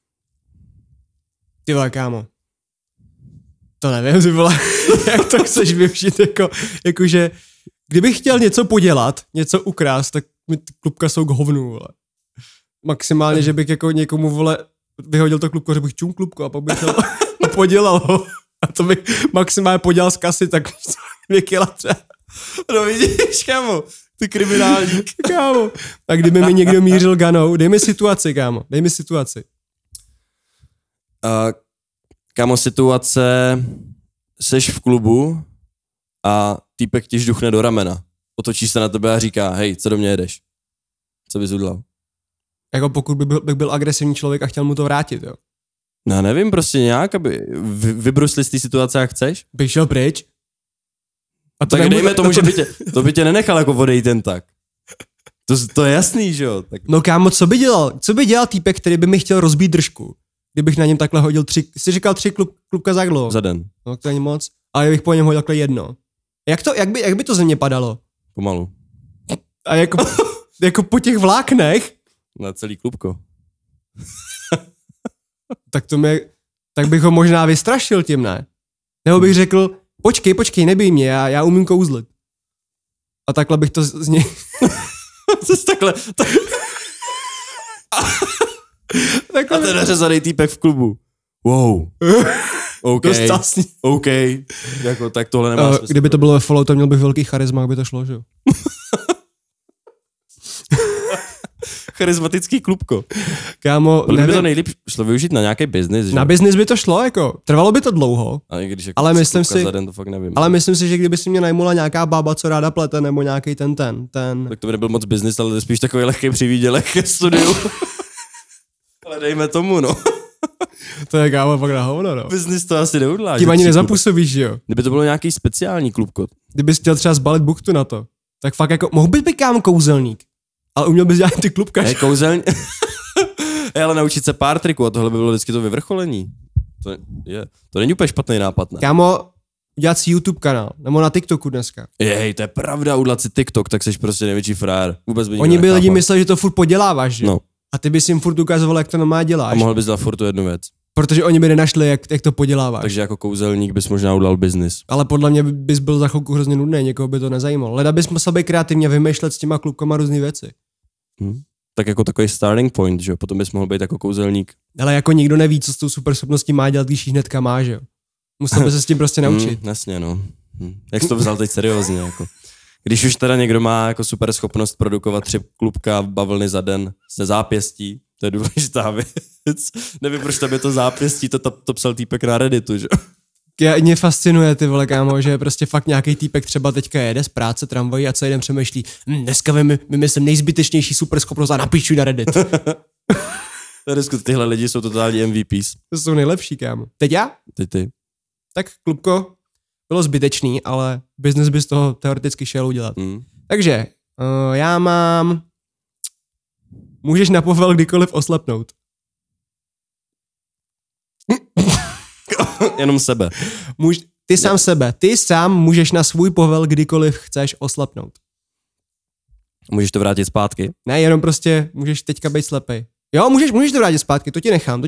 Ty vole, kámo. To nevím, ty vole, jak to chceš využít, jakože, kdybych chtěl něco podělat, něco ukrást, tak mi klubka jsou k hovnu, vole. Maximálně, že bych jako někomu, vole, vyhodil to klubko, že bych čum klubko a pak bych to podělal ho. A to bych maximálně podělal z kasy, tak 2 kila třeba. No vidíš, kámo, ty kriminálník. Kámo. A kdyby mi někdo mířil ganou, dej mi situaci, kámo, Kámo, situace, seš v klubu a týpek ti žduchne do ramena. Otočí se na tebe a říká, hej, co do mě jedeš? Co bys udělal? Jako pokud bych byl agresivní člověk a chtěl mu to vrátit, jo? No nevím, prostě nějak, aby vybrusli z té situace, jak chceš. Bych šel pryč. A to tak dejme tomu, že by tě nenechal jako odejít jen tak. To je jasný, že jo? Tak... No kámo, co by dělal týpek, který by mi chtěl rozbít držku? Kdybych na něm takhle hodil 3, jsi říkal 3 klubka za dlouho. Za den. No to není moc, ale bych po něm hodil takhle 1. Jak by to ze mě padalo? Pomalu. A jako po těch vláknech? Na celý klubko. tak bych ho možná vystrašil tím, ne? Nebo bych řekl, počkej, nebij mě, já umím kouzlit. A takhle bych to z něj... takhle... A ten nařezaný týpek v klubu. Wow. OK. Jako, tak tohle nemá smysl. Kdyby to bylo ve Falloutu, měl bych velký charisma, aby to šlo, že jo? Charismatický klubko. Kámo, nevím. By to nejlíp šlo využít na nějaký biznis, že? Na biznis by to šlo, jako. Trvalo by to dlouho. Ale myslím si, za den, to fakt nevím. Ale myslím si, že kdyby si mě najmula nějaká bába, co ráda plete, nebo nějaký ten. Tak to by nebyl moc biznis, ale to je spíš takový lehký přivídělek ke studiu. Ale dejme tomu, no. To je, kámo, fakt na hovno, no. Biznis to asi neudláš. Tím ani nezapůsobíš, že jo? Kdyby to bylo nějaký speciální klubko. Kdybys chtěl třeba zbalit buchtu na to, tak fakt jako, mohl bys být, kámo, kouzelník. Ale uměl bys dělat ty klubkaš. Kouzelník. Ale naučit se pár triků a tohle by bylo vždycky to vyvrcholení. To není úplně špatný nápad, ne? Kámo, udělat si YouTube kanál, nebo na TikToku dneska. Jej, to je pravda, udělat si TikTok, tak seš prostě největší frajer. Vůbec by Oni by lidi mysleli, že to furt poděláváš, že? No. A ty bys jim furt ukazoval, jak to normálně děláš. A mohl bys dělat furt tu jednu věc. Protože oni by nenašli, jak to poděláváš. Takže jako kouzelník bys možná udělal biznis. Ale podle mě bys byl za chvilku hrozně nudný, někoho by to nezajímalo. Leda bys musel být kreativně vymýšlet s těma klubkama různý věci. Tak jako takový starting point, že jo? Potom bys mohl být jako kouzelník. Ale jako nikdo neví, co s tou superschopností má dělat, když ji hnedka má, že jo? Musel by se s tím prostě naučit. Jasně, no. Jak jsi to vzal teď seriózně, jako. Když už teda někdo má jako super schopnost produkovat 3 klubka bavlny za den ze zápěstí, To je důležitá věc. Nevím, proč tam je to zápěstí, to psal týpek na Redditu, že? Mě fascinuje, ty vole, kámo, že prostě fakt nějaký týpek třeba teďka jede z práce tramvají a celý den přemýšlí, dneska vymyslím nejzbytečnější superschopnost a napíšu na Reddit. Tyhle lidi jsou totální MVPs. To jsou nejlepší, kámo. Teď já? Teď ty. Tak, klubko, bylo zbytečný, ale business by z toho teoreticky šel udělat. Takže, já mám... Můžeš na povel kdykoliv oslepnout. Jenom sebe. Ty sám můžeš na svůj povel kdykoliv chceš oslepnout. Můžeš to vrátit zpátky? Ne, jenom prostě můžeš teďka být slepej. Jo, můžeš to vrátit zpátky, to ti nechám.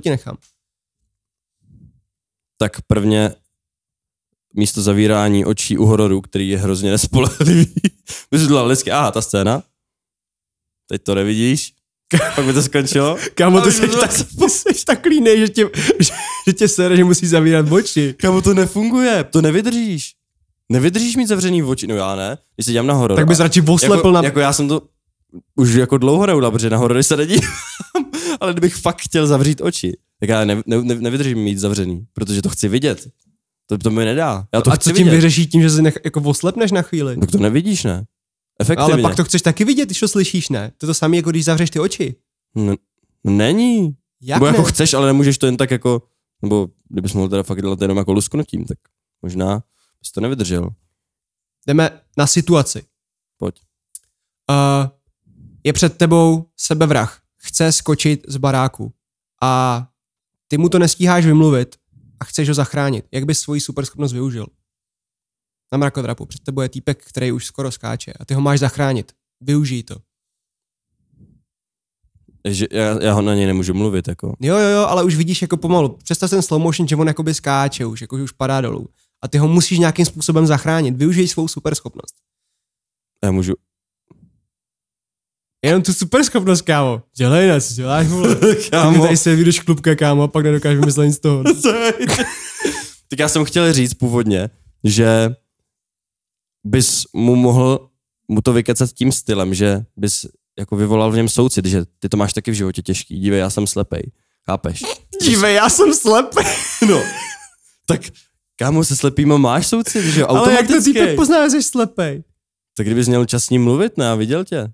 Tak prvně místo zavírání očí u hororu, který je hrozně nespolehlivý, bys udělal vždycky, ta scéna, teď to nevidíš, pak by to skončilo. Kámo, ty jsi tak línej, že tě sere, že musíš zavírat oči. Kámo, to nefunguje, to nevydržíš. Nevydržíš mít zavřený oči, no já ne, když se dělám na horor. Tak bys radši oslepl na... Jako já jsem to už jako dlouho neudělal, protože na horory se nedívám, ale kdybych fakt chtěl zavřít oči, tak já nevydržím mít zavřený, protože to chci vidět. To mi nedá. Já to a co tím vyřeší tím, že se jako oslepneš na chvíli? Tak to nevidíš, ne? Efektivně. Ale pak to chceš taky vidět, když to slyšíš, ne? To je to samé, jako když zavřeš ty oči. Není. Jak nebo ne? jako chceš, ale nemůžeš to jen tak jako, nebo kdybys mohl teda fakt dělat jenom jako lusknutím, tak možná bys to nevydržel. Jdeme na situaci. Pojď. Je před tebou sebevrah. Chce skočit z baráku. A ty mu to nestíháš vymluvit a chceš ho zachránit. Jak bys svoji superschopnost využil? Na mrakodrapu. Před tebou je týpek, který už skoro skáče a ty ho máš zachránit. Využij to. Já ho na něj nemůžu mluvit, jako. Jo, ale už vidíš jako pomalu. Představ ten slow motion, že on jakoby skáče už, jako už padá dolů. A ty ho musíš nějakým způsobem zachránit. Využij svou superschopnost. Já můžu. Jenom tu superschopnost, kámo. Dělej nás, děláš, vole. Kámo. Tady se vyjdeš klubka, kámo, a pak nedokážeš vymyslet nic z toho. Tak já jsem chtěl říct původně, že bys mu mohl mu to vykecat tím stylem, že bys jako vyvolal v něm soucit, že ty to máš taky v životě těžký. Dívej, já jsem slepej. Chápeš? Dívej, já jsem slepej. No. Tak kámo, se slepýma máš soucit, že jo? Ale jak to týpek pozná, že jsi slepej? Tak kdybys měl čas s ním mluvit, ne? Já viděl tě.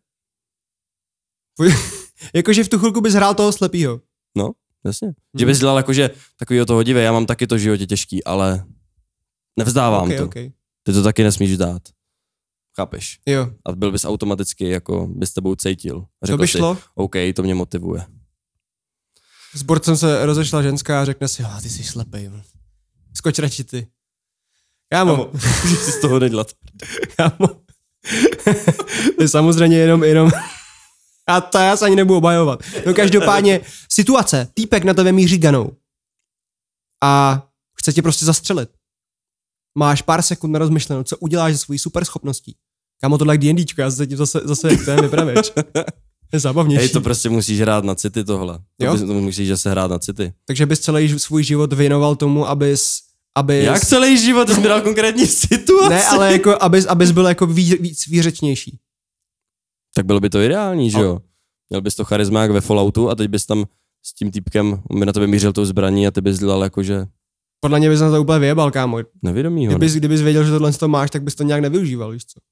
Jakože v tu chvilku bys hrál toho slepýho. No, jasně. Že bys dělal jakože takovýho toho, dívej, já mám taky to v životě těžký, ale nevzdávám to. Okay. Ty to taky nesmíš dát. Chápeš? Jo. A byl bys automaticky, jako bys tebou cítil. A to by šlo? OK, to mě motivuje. S borcem se rozešla ženská a řekne si, ty jsi slepej. Skoč radši ty. Kámo. Můžeš si z toho nedělat. Kámo. To je samozřejmě jenom... Já se ani nebudu obhajovat. No každopádně situace. Týpek na tebe míří ganou. A chce tě prostě zastřelit. Máš pár sekund na rozmyšlenou, co uděláš ze svojí superschopností. Kámo, tohle je D&Dčko, já se zase jak ten vypravěč. Je zábavnější. Hej, to prostě musíš hrát na city tohle. Jo? To musíš zase hrát na city. Takže bys celý svůj život věnoval tomu, abys... Jak celý život? Ty jsi mi dal konkrétní situaci. Ne, ale jako, abys byl jako víc výřečnější. Tak bylo by to ideální, že jo? Měl bys to charisma jak ve Falloutu a teď bys tam s tím týpkem, on by na tebe mířil tou zbraní a ty bys dělal jakože... Podle mě bys na to úplně vyjebal, kámo. Nevědomý ho. Kdybys věděl, že tohle to máš, tak bys to nějak nevyužíval, víš co?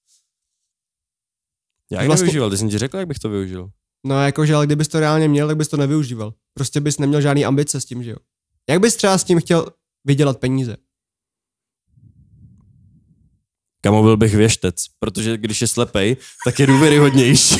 Jak nevyužíval? Ty jsi ti řekl, jak bych to využil. No jakože, ale kdybys to reálně měl, tak bys to nevyužíval. Prostě bys neměl žádný ambice s tím, že jo? Jak bys třeba s tím chtěl vydělat peníze? Kamo, byl bych věštec, protože když je slepej, tak je důvěryhodnější.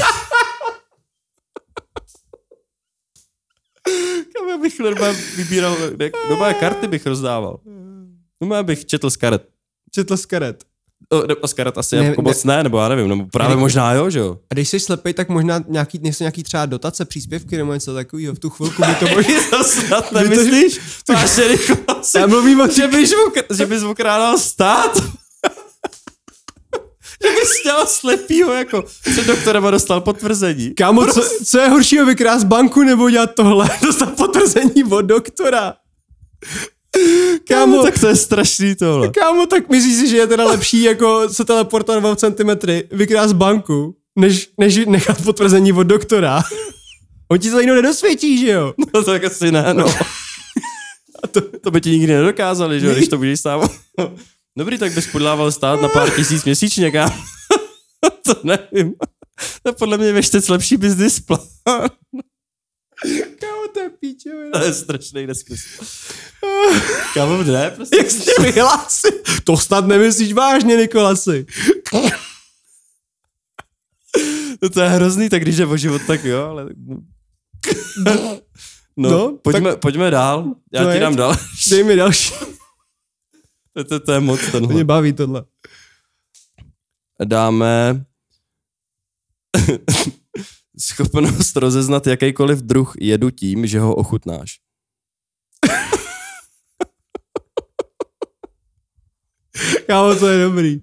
Kamo, bych normálně vybíral, normálně karty bych rozdával. Normálně bych četl z karet. Četl z karet. Z karet asi jako moc ne, nebo já nevím, nebo právě možná jo, že jo. A když jsi slepej, tak možná nějaký třeba dotace, příspěvky nebo něco takového. V tu chvilku by to možná... To snad nemyslíš? Máš já mluvím o že bys okrádal stát. Že bys chtěl slepýho jako před doktorem a dostal potvrzení. Kámo, co je horšího, vykrást banku nebo dělat tohle? Dostat potvrzení od doktora. Kámo, tak to je strašný tohle. Kámo, tak myslíš si, že je teda lepší jako se teleportovat 2 centimetry, vykrást banku, než nechat potvrzení od doktora? On ti to jinou nedosvědčí, že jo? No tak asi ne, no. A to by ti nikdy nedokázali, že jo, když to budeš sám. Dobrý, tak bys podlával stát na pár tisíc měsíčně, kámo. To nevím. To je podle mě věštec lepší business plán. Kámo, to je píčovina. To je strašný nesmysl. Kámo, ne, prostě. Jak jsi vyhlásil? To snad nemyslíš vážně, Nikolasi. No to je hrozný, tak když je o život, tak jo, ale... No, pojďme dál. Já ti dám další. Dej mi další. To je moc tenhle. To mě baví tohle. Dáme schopnost rozeznat jakýkoliv druh jedu tím, že ho ochutnáš. Kámo, to je dobrý.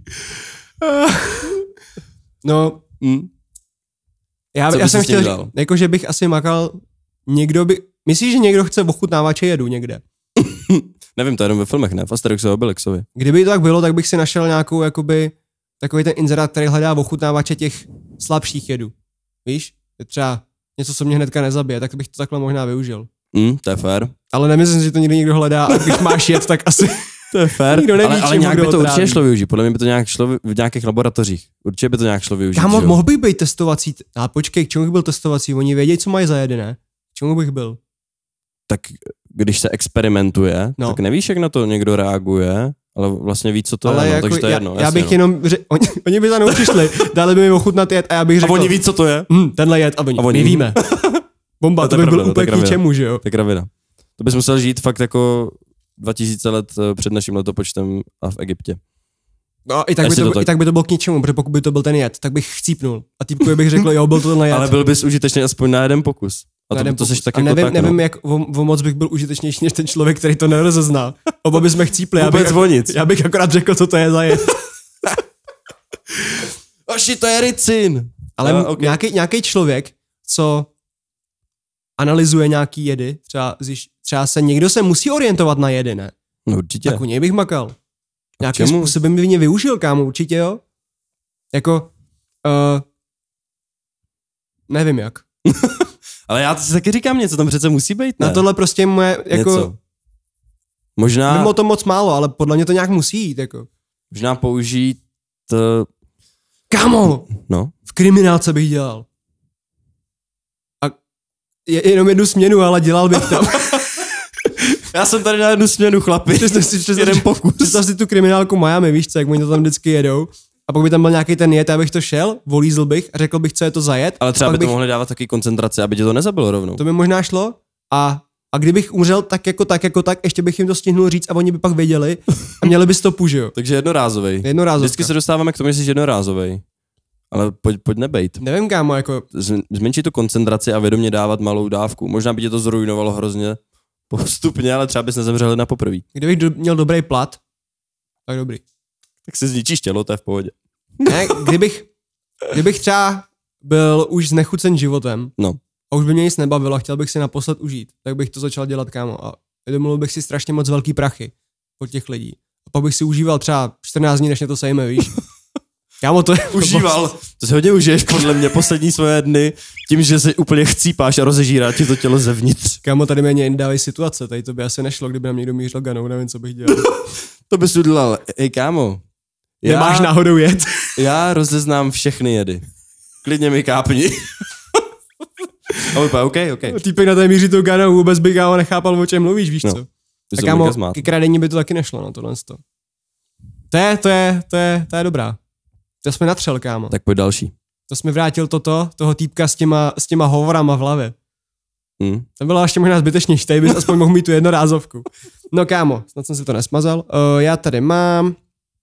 No, já jsem chtěl, jako že bych asi makal, myslíš, že někdo chce ochutnávače jedu někde? Nevím, to je jenom ve filmech, ne? V Asterixu a Obelixovi. Kdyby to tak bylo, tak bych si našel nějakou, jakoby, takový ten inzerát, který hledá ochutnávače těch slabších jedů. Víš? Je třeba něco, co mě hnedka nezabije, tak bych to takhle možná využil. To je fér. Ale nemyslím, že to někdo hledá, a když máš jet, tak asi... To je fér, ale nějak by to určitě šlo využít. Podle mě by to nějak šlo v nějakých laboratořích. Určitě by to nějak šlo využít. Kámo, mohl bych být testovací, ale počkej, k čemu bych byl testovací? Oni vědějí, co mají za jedy, ne? K čemu bych byl? Tak když se experimentuje, tak nevíš, jak na to někdo reaguje, ale vlastně ví, co to ale je, jako takže to je jedno. Já bych jenom, oni by za mnou přišli, dali by mi ochutnat jed a já bych řekl... A oni ví, co to je? Tenhle jed, a oni víme. Bomba, to by byl úplně k ničemu, že jo? To je kravina. To bys musel žít fakt jako 2000 let před naším letopočtem a v Egyptě. No, i tak by to bylo k ničemu, protože pokud by to byl ten jed, tak bych chcípnul. A týpku bych řekl, jo, byl to ten jed. Ale byl bys užitečný aspoň na jeden pokus. A to seš tak jako nevím, jak o moc bych byl užitečnější než ten člověk, který to nerozezná. Oba bychom chcípli. Já bych akorát řekl, co to je za jed. Oši, to je ricin. Ale nějaký člověk, co analyzuje nějaký jedy, třeba někdo se musí orientovat na jedy, ne? No určitě. Tak u něj bych makal. Nějakým způsobem by mě využil, kámo, určitě jo. Jako, nevím jak. Ale já si taky říkám něco, tam přece musí být, ne? Na tohle prostě moje, jako... Něco. Možná... Mimo to moc málo, ale podle mě to nějak musí jít, jako. Možná použít... Kámo! No? V kriminálce bych dělal. A jenom jednu směnu, ale dělal bych tam. Já jsem tady na jednu směnu, chlapi. Jeden pokus. Představ si tu kriminálku Miami, víš co, jak oni to tam vždycky jedou. A pokud by tam byl nějaký ten jed, abych to šel, volízl bych a řekl bych, co je to za jed. Ale třeba by to mohli dávat taky koncentraci, aby tě to nezabilo rovnou. To by možná šlo. A kdybych umřel tak, ještě bych jim to stihnul říct a oni by pak věděli a měli by stopu, že jo. Takže jednorázovej. Vždycky se dostáváme k tomu, že jsi jednorázovej. Ale pojď nebejt. Nevím, kámo, jako... Zmenšit tu koncentraci a vědomě dávat malou dávku. Možná by tě to zrujnovalo hrozně postupně, ale třeba bys nezemřel na poprví. Kdybych měl dobrý plat, tak dobrý. Tak si zničíš tělo, to je v pohodě. Ne, kdybych třeba byl už znechucen životem, a už by mě nic nebavilo a chtěl bych si naposled užít, tak bych to začal dělat, kámo. A domluvil bych si strašně moc velký prachy od těch lidí. A pak bych si užíval třeba 14 dní, než mě to sejme, víš. Kámo, to je... Užíval. To si hodně užiješ podle mě poslední svoje dny tím, že si úplně chcípáš a rozežírá ti to tělo zevnitř. Kámo, tady mě dávají situace, tady to by asi nešlo, kdyby nám někdo mířil ganou, nevím, co bych dělal. To bys udělal. Hej, kámo. Nemáš náhodou jet? Já rozeznám všechny jedy. Klidně mi kápni. OK. Týpek na té míří tou ganou, vůbec bych kámo nechápal, o čem mluvíš, víš co? Tak kámo, k kradení by to taky nešlo na tohle. To je dobrá. To jsme natřel, kámo. Tak pojď další. To jsme vrátil toho týpka s těma hovorama v hlavě. To bylo ještě možná zbytečnější, tady bys aspoň mohl mít tu jednorázovku. No kámo, snad jsem si to nesmazal. Já tady mám...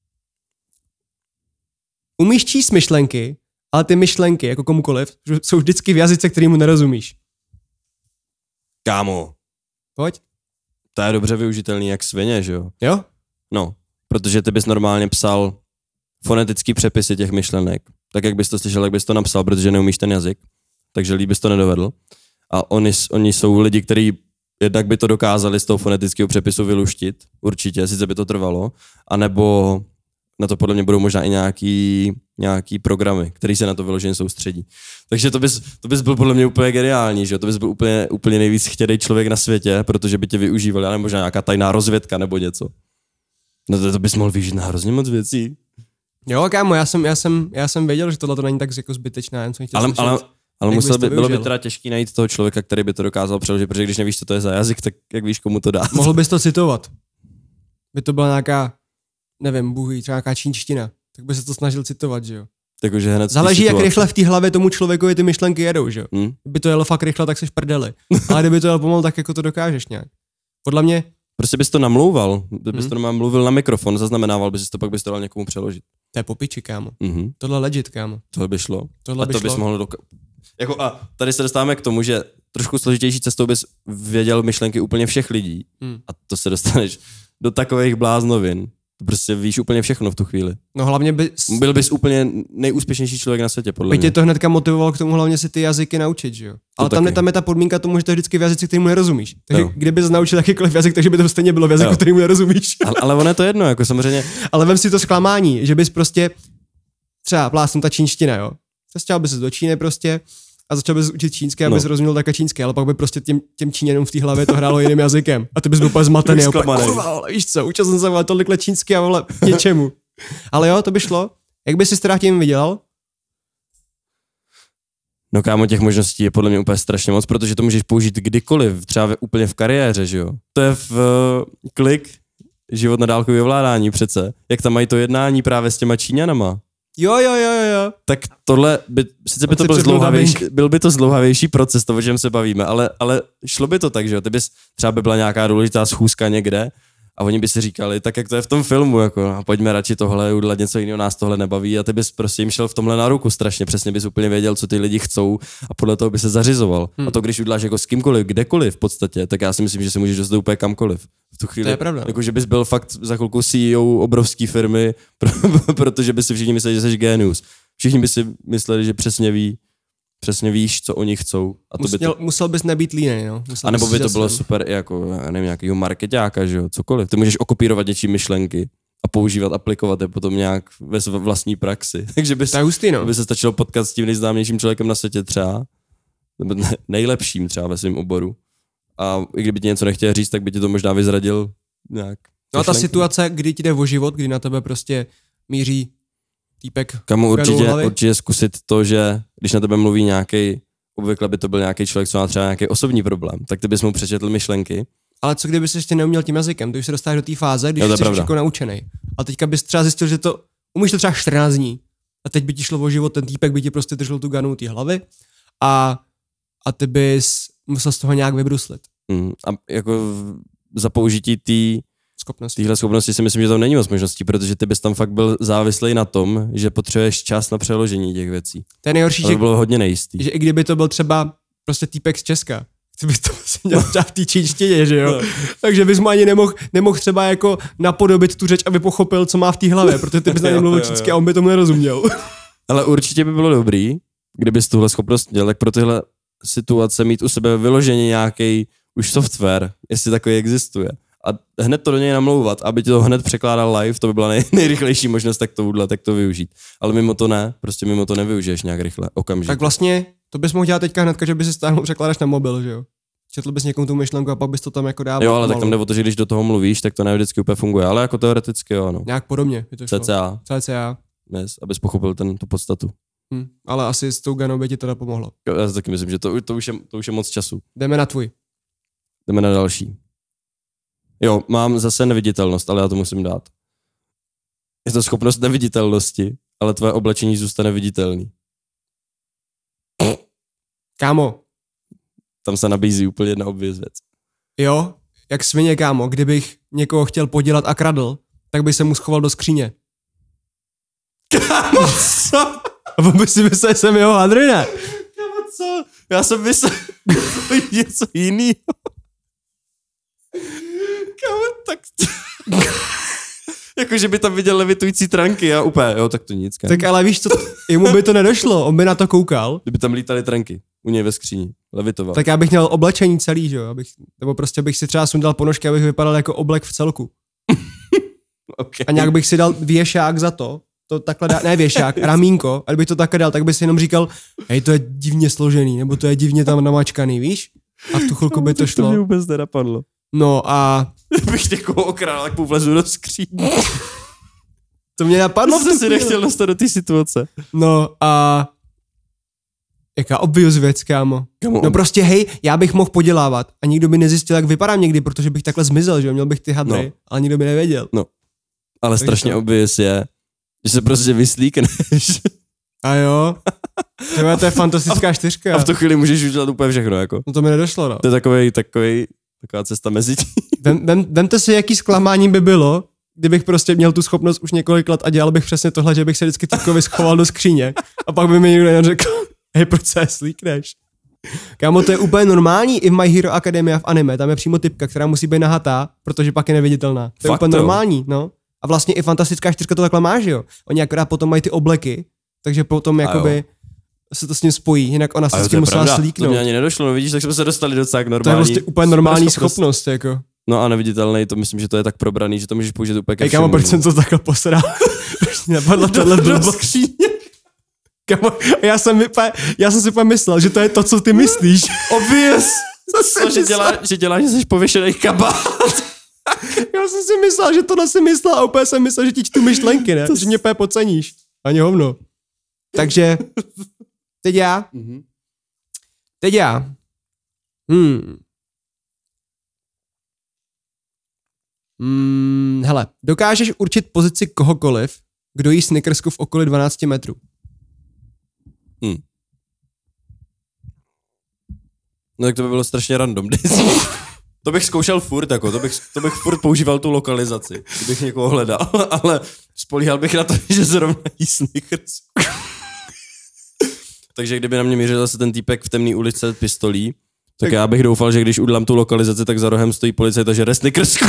Umíš číst myšlenky, ale ty myšlenky, jako komukoliv, jsou vždycky v jazyce, kterýmu nerozumíš. Kámo. Pojď. To je dobře využitelný jak svině, že jo? Jo? No, protože ty bys normálně psal fonetický přepisy těch myšlenek. Tak jak bys to slyšel, jak bys to napsal, protože neumíš ten jazyk. Takže líp bys to nedovedl. A oni jsou lidi, kteří jednak by to dokázali z toho fonetického přepisu vyluštit. Určitě, sice by to trvalo. A nebo na to podle mě budou možná i nějaký programy, který se na to vyloženě soustředí. Takže to bys byl podle mě úplně geniální, že jo? To bys byl úplně nejvíc chtědej člověk na světě, protože by tě využívali, ale možná nějaká tajná rozvědka nebo něco. No to bys mohl využít na hrozně moc věcí. Jo, kámo, já jsem věděl, že tohle to není tak jako zbytečná, jen jsem chtěl ale bylo by teda těžký najít toho člověka, který by to dokázal přeložit, protože když nevíš, co to je za jazyk, tak jak víš, komu to dát. Mohl bys to citovat. By to byla nějaká, nevím, bůh, třeba nějaká čínština. Tak by se to snažil citovat, že jo. Takže hned záleží, jak rychle v té hlavě tomu člověku ty myšlenky jedou, že jo. Kdyby to jelo fakt rychle, tak seš prdeli. Ale kdyby to jelo pomalu, tak jako to dokážeš nějak. Podle mě... Prostě bys to namlouval, bys to normálně mluvil na mikrofon, zaznamenával bys to, pak bys to dal někomu přeložit. To je po piči, kámo. Tohle legit, kámo. Tohle by šlo. Bys mohl jako a tady se dostáváme k tomu, že trošku složitější cestou bys věděl myšlenky úplně všech lidí a to se dostaneš do takových bláznovin. Prostě víš úplně všechno v tu chvíli. No hlavně byl bys úplně nejúspěšnější člověk na světě, podle mě. Tě to hnedka motivovalo k tomu hlavně si ty jazyky naučit, že jo. Ale tam je ta podmínka tomu, že to je vždycky v jazyce, kterému nerozumíš. Takže kdybys naučil jakýkoliv jazyk, takže by to stejně bylo v jazyku, kterému nerozumíš. Ale ono je to jedno, jako samozřejmě. Ale vem si to zklamání, že bys prostě třeba plásnu ta čínština, jo. Přestěhoval bys se do Číny prostě a začal bys učit čínské, abys rozuměl také čínské, ale pak by prostě těm Číňanům v té hlavě to hrálo jiným jazykem. A ty bys byl úplně zmatený. Kurva, víš co, učil jsem se tolik let čínsky a vole něčemu. Ale jo, to by šlo. Jak bys si teda tím vydělal? No kámo, těch možností je podle mě úplně strašně moc, protože to můžeš použít kdykoliv, třeba úplně v kariéře, že jo. To je v Klik, život na dálkový ovládání přece. Jak tam mají to jednání právě s těma Číňanama. Jo. Tak tohle sice by to byl by to zdlouhavější proces, to, o čem se bavíme, ale šlo by to tak, že jo, ty bys, třeba by byla nějaká důležitá schůzka někde a oni by si říkali, tak jak to je v tom filmu, jako, a pojďme radši tohle udělat něco jiného, nás tohle nebaví a ty bys prostě jim šel v tomhle na ruku strašně, přesně bys úplně věděl, co ty lidi chcou a podle toho by se zařizoval. A to, když uděláš jako s kýmkoliv, kdekoliv v podstatě, tak já si myslím, že se můžeš dostat úplně kamkoliv. V tu chvíli, to je pravda. Jako, že bys byl fakt za chvilku CEO obrovské firmy, protože by si všichni mysleli, že jsi genius. Všichni by si mysleli, že přesně víš, co oni chcou. A musel bys nebýt línej, no. A nebo by to bylo super i jako, já nevím, nějakýho markeťáka, že jo, cokoliv. Ty můžeš okopírovat něčí myšlenky a používat, aplikovat je potom nějak ve vlastní praxi. Takže by se stačilo potkat s tím nejznámějším člověkem na světě třeba, nebo nejlepším třeba ve svém oboru. A i kdyby ti něco nechtěl říct, tak by ti to možná vyzradil nějak. No a ta situace, kdy ti jde o život, kdy na tebe prostě míří týpek. Kamu určitě zkusit to, že když na tebe mluví nějaký, obvykle by to byl nějaký člověk, co má třeba nějaký osobní problém, tak ty bys mu přečetl myšlenky. Ale co kdyby jsi ještě neuměl tím jazykem, ty už se dostáváš do té fáze, když jsi jako naučený. A teďka bys třeba zjistil, že to umíš to třeba 14 dní. A teď by ti šlo o život, ten týpek by ti prostě držel tu ganu u té hlavy a ty bys musel z toho nějak vybruslit. A jako za použití téhle schopnosti si myslím, že tam není moc možností, protože ty bys tam fakt byl závislý na tom, že potřebuješ čas na přeložení těch věcí. To je nejhorší, že bylo hodně nejistý. Že i kdyby to byl třeba prostě týpek z Česka, ty bys to vlastně měl třeba v té čínštině, že jo? Takže bys mu ani nemohl třeba jako napodobit tu řeč, aby pochopil, co má v té hlavě, protože ty bys na něm mluvil čínsky a on by tomu nerozuměl. Ale určitě by bylo dobrý, kdybys tuhle schopnost měl, tak pro tyhle situace mít u sebe vyloženě nějaký už software, jestli takový existuje. A hned to do něj namlouvat, aby ti to hned překládal live, to by byla nejrychlejší možnost, tak to využít. Ale mimo to ne, prostě mimo to nevyužiješ nějak rychle, okamžitě. Tak vlastně to bys mohl dělat teďka hnedka, že bys si stáhnul překládač na mobil, že jo? Četl bys někomu tu myšlenku a pak bys to tam jako dával. Jo, ale tak tam jde o to, že když do toho mluvíš, tak to ne vždycky úplně funguje, ale jako teoreticky jo, no. Nějak podobně. CCA. Yes, abys pochopil tu podstatu. Ale asi s tou ganou by ti teda pomohlo. Já si taky myslím, že to už je moc času. Jdeme na tvůj. Jdeme na další. Jo, mám zase neviditelnost, ale já to musím dát. Je to schopnost neviditelnosti, ale tvoje oblečení zůstane viditelný. Kámo. Tam se nabízí úplně jedna obvious věc. Jo, jak svině, kámo, kdybych někoho chtěl podělat a kradl, tak bych se mu schoval do skříně. Kámo, co? A on by si myslel, že jsem jeho hadry, ne? Kámo, co? Já jsem myslel něco jiného. Kámo, tak... Jakože by tam viděl levitující tranky a úplně, jo, tak to nic. Kámo. Tak ale víš co, jemu by to nedošlo, on by na to koukal. Kdyby tam lítaly tranky u něj ve skříni, levitoval. Tak já bych měl oblečení celý, že jo, nebo prostě bych si třeba sundal ponožky, abych vypadal jako oblek v celku. Okay. A nějak bych si dal věšák za to takhle ne věšák, ramínko, a kdybych to takhle dal, tak bys jenom říkal, hej, to je divně složený, nebo to je divně tam namačkaný, víš? A v tu chvilku by to šlo. To mě vůbec nenapadlo. No a... Bych někoho okrál, tak vlezu do skříně. To mě napadlo. Jsem si nechtěl dostat do té situace. No a... Jaká obvious věc, kámo. No prostě, hej, já bych mohl podělávat a nikdo by nezjistil, jak vypadám někdy, protože bych takhle zmizel, že jo, měl bych ty hadry, ale nikdo by nevěděl. No, ale tak strašně obvious je, že se prostě vyslíkneš. A jo, to je fantastická čtyřka. A v tu chvíli můžeš udělat úplně všechno, jako. No to mi nedošlo, no. To je taková cesta mezi tím. Vemte si, jaký zklamání by bylo, kdybych prostě měl tu schopnost už několik let a dělal bych přesně tohle, že bych se vždycky typkovi schoval do skříně a pak by mi někdo jen řekl, hej, proč se slíkneš? Kámo, to je úplně normální i v My Hero Academia v anime, tam je přímo typka, která musí být nahatá, protože pak je neviditelná. To je úplně normální, no. A vlastně i fantastická čtyřka to takhle má, že jo? Oni akorát potom mají ty obleky, takže potom jakoby se to s ním spojí, jinak ona se s tím musela slíknout. To mě ani nedošlo, no vidíš, tak jsme se dostali docela k normální. To je vlastně úplně normální schopnost, jako. No a neviditelný, to myslím, že to je tak probraný, že to můžeš použít úplně ke všemu. Kámo, proč jsem to takhle posral? Napadla tohle do skříně. Kámo, já jsem si úplně myslel, že to je to, co ty myslíš. Obvious. Že děláš, že jsi pověšený kabát. Já jsem si myslel, že tohle si myslel a úplně jsem myslel, že ti čtu myšlenky, ne? Že mě úplně podceníš. Ani hovno. Takže, teď já. Hele, dokážeš určit pozici kohokoliv, kdo jí Snickersku v okolí 12 metrů. No tak to by bylo strašně random. To bych zkoušel furt, jako, to bych furt používal tu lokalizaci, kdybych někoho hledal, ale spolíhal bych na to, že zrovna jí Snickersku. Takže kdyby na mě mířil zase ten týpek v temné ulici pistolí, tak já bych doufal, že když udělám tu lokalizaci, tak za rohem stojí policajt a žere Snickersku.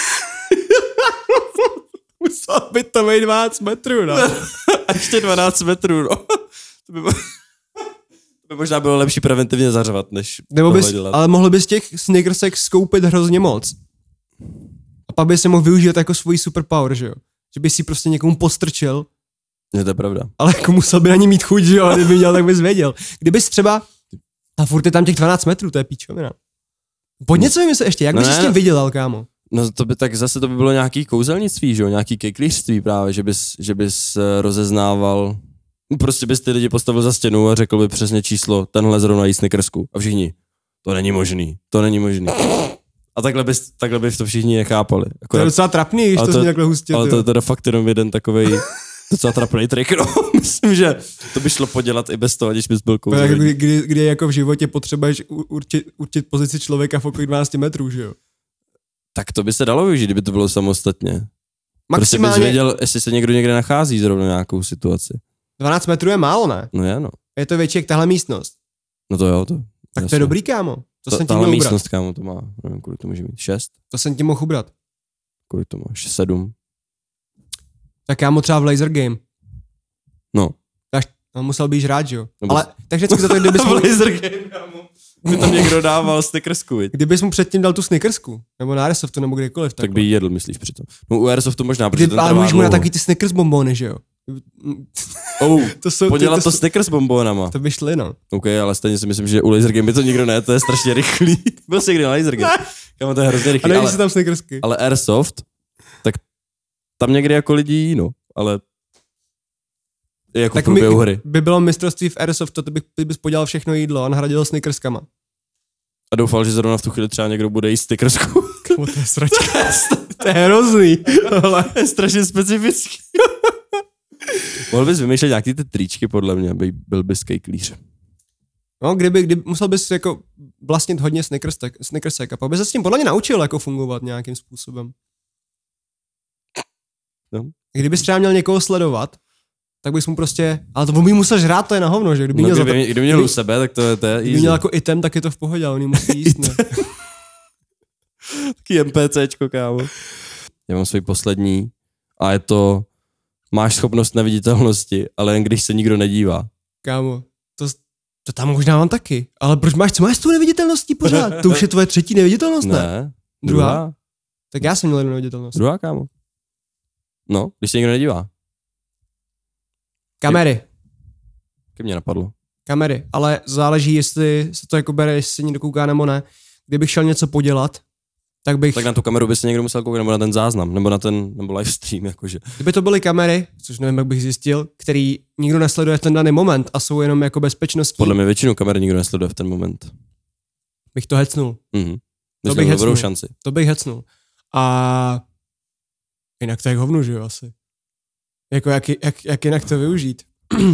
Musel by to být 12 metrů, no. A ještě 12 metrů, no. To by možná bylo lepší preventivně zařvat, než tohle dělat. Ale mohli bys těch Snickersek skoupit hrozně moc. A pak by si mohl využít jako svůj superpower, že jo? Že by si prostě někomu postrčil. Je to pravda. Ale jako musel by na ně mít chuť, že jo? A kdyby měl, tak bys věděl. Kdybys třeba... A furt je tam těch 12 metrů, to je píčovina. Pojď něco vymyslet ještě, jak bys s tím vydělal, kámo? No to by tak zase to by bylo nějaký kouzelnictví, že jo? Nějaký kejklířství právě, že bys rozeznával... Prostě bys ty lidi postavil za stěnu a řekl by přesně číslo, tenhle zrovna jí Snickersku. A všichni, to není možný. A takhle by to všichni nechápali. To je docela trapný, když to zní takhle hustě. Ale to je teda fakt jenom jeden takovej docela trapný trik, no. Myslím, že to by šlo podělat i bez toho, když bys byl kouzelník. Kdy jako v životě potřebuješ určit pozici člověka v okolí 12 metrů, že jo? Tak to by se dalo využít, kdyby to bylo samostatně. Maximálně... Prostě bys věděl, jestli se někdo někde nachází zrovna nějakou situaci. 12 metrů je málo, ne? No je, no. Je to větší jak tahle místnost. No to jo, to. Tak jasný. to je dobrý, kámo. To jsem ti mohl ubrat. místnost, kámo, to má, nevím, kolik to může mít, 6? To jsem ti mohl ubrat. Kolik to máš, 7? Tak kámo, třeba v Laser Game. No. No, musel být rád, že jo? Ale tak vždycky za to, kdybys mu... Laser Game, kámo. By tam někdo dával Snickersku, viď? Kdybys mu předtím dal tu Snickersku, nebo na Airsoftu, nebo kdekoliv. Tak by jí jedl, myslíš přitom. No u Airsoftu možná, protože ten ale můžeš mu na taky ty Snickers bombony, že jo? Podělat to Snickers bombonama. To by šli, no. OK, ale stejně si myslím, že u Laser Game by to nikdo ne, to je strašně rychlý. Byl jsi někdy na Laser Game? Kámo, to je hrozně rychlý. A nevíš si tam Snickersky. Ale Airsoft, tak tam někdy jako lidi jí, no, ale jako tak v průběhu hry. By bylo mistrovství v Airsoftu, to bys podělal všechno jídlo a nahradil Snickerskama. A doufal, že zrovna v tu chvíli třeba někdo bude jíst Snickersku. Kámo, to je sračka. To je hrozný. Ale je strašně specifický. Mohl bys vymýšlet nějaký ty tričky, podle mě, byl bys kejklíř. No, kdyby musel bys jako vlastnit hodně Snickersek a pak bys se s tím podle mě naučil jako fungovat nějakým způsobem. No. Kdybys třeba měl někoho sledovat, tak bys mu prostě, ale to by musel žrát, to je na hovno, že? Kdyby měl u sebe, tak to je easy. Kdyby měl jako item, tak je to v pohodě, on jí musí jíst, ne? Taký NPCčko, kámo. Já mám svůj poslední a je to, máš schopnost neviditelnosti, ale jen když se nikdo nedívá. Kámo, to tam možná mám taky, ale co máš s tou neviditelností pořád? To už je tvoje třetí neviditelnost, ne? Ne. Druhá. Tak já jsem měl jednu neviditelnost. Druhá, kámo. No, když se nikdo nedívá. Kamery. Ke mně napadlo. Kamery, ale záleží, jestli se to jako bere, jestli se někdo kouká nebo ne. Kdybych šel něco podělat, tak bych... Tak na tu kameru by se někdo musel koukat, nebo na ten záznam, nebo livestream, jakože. Kdyby to byly kamery, což nevím, jak bych zjistil, který nikdo nesleduje v ten daný moment a jsou jenom jako bezpečnostní. Podle mě většinu kamer nikdo nesleduje v ten moment. Bych to hecnul. To bych hecnul. Šanci. To bych hecnul. A jinak to je hovnu, že jo, asi. Jako jak jinak to využít?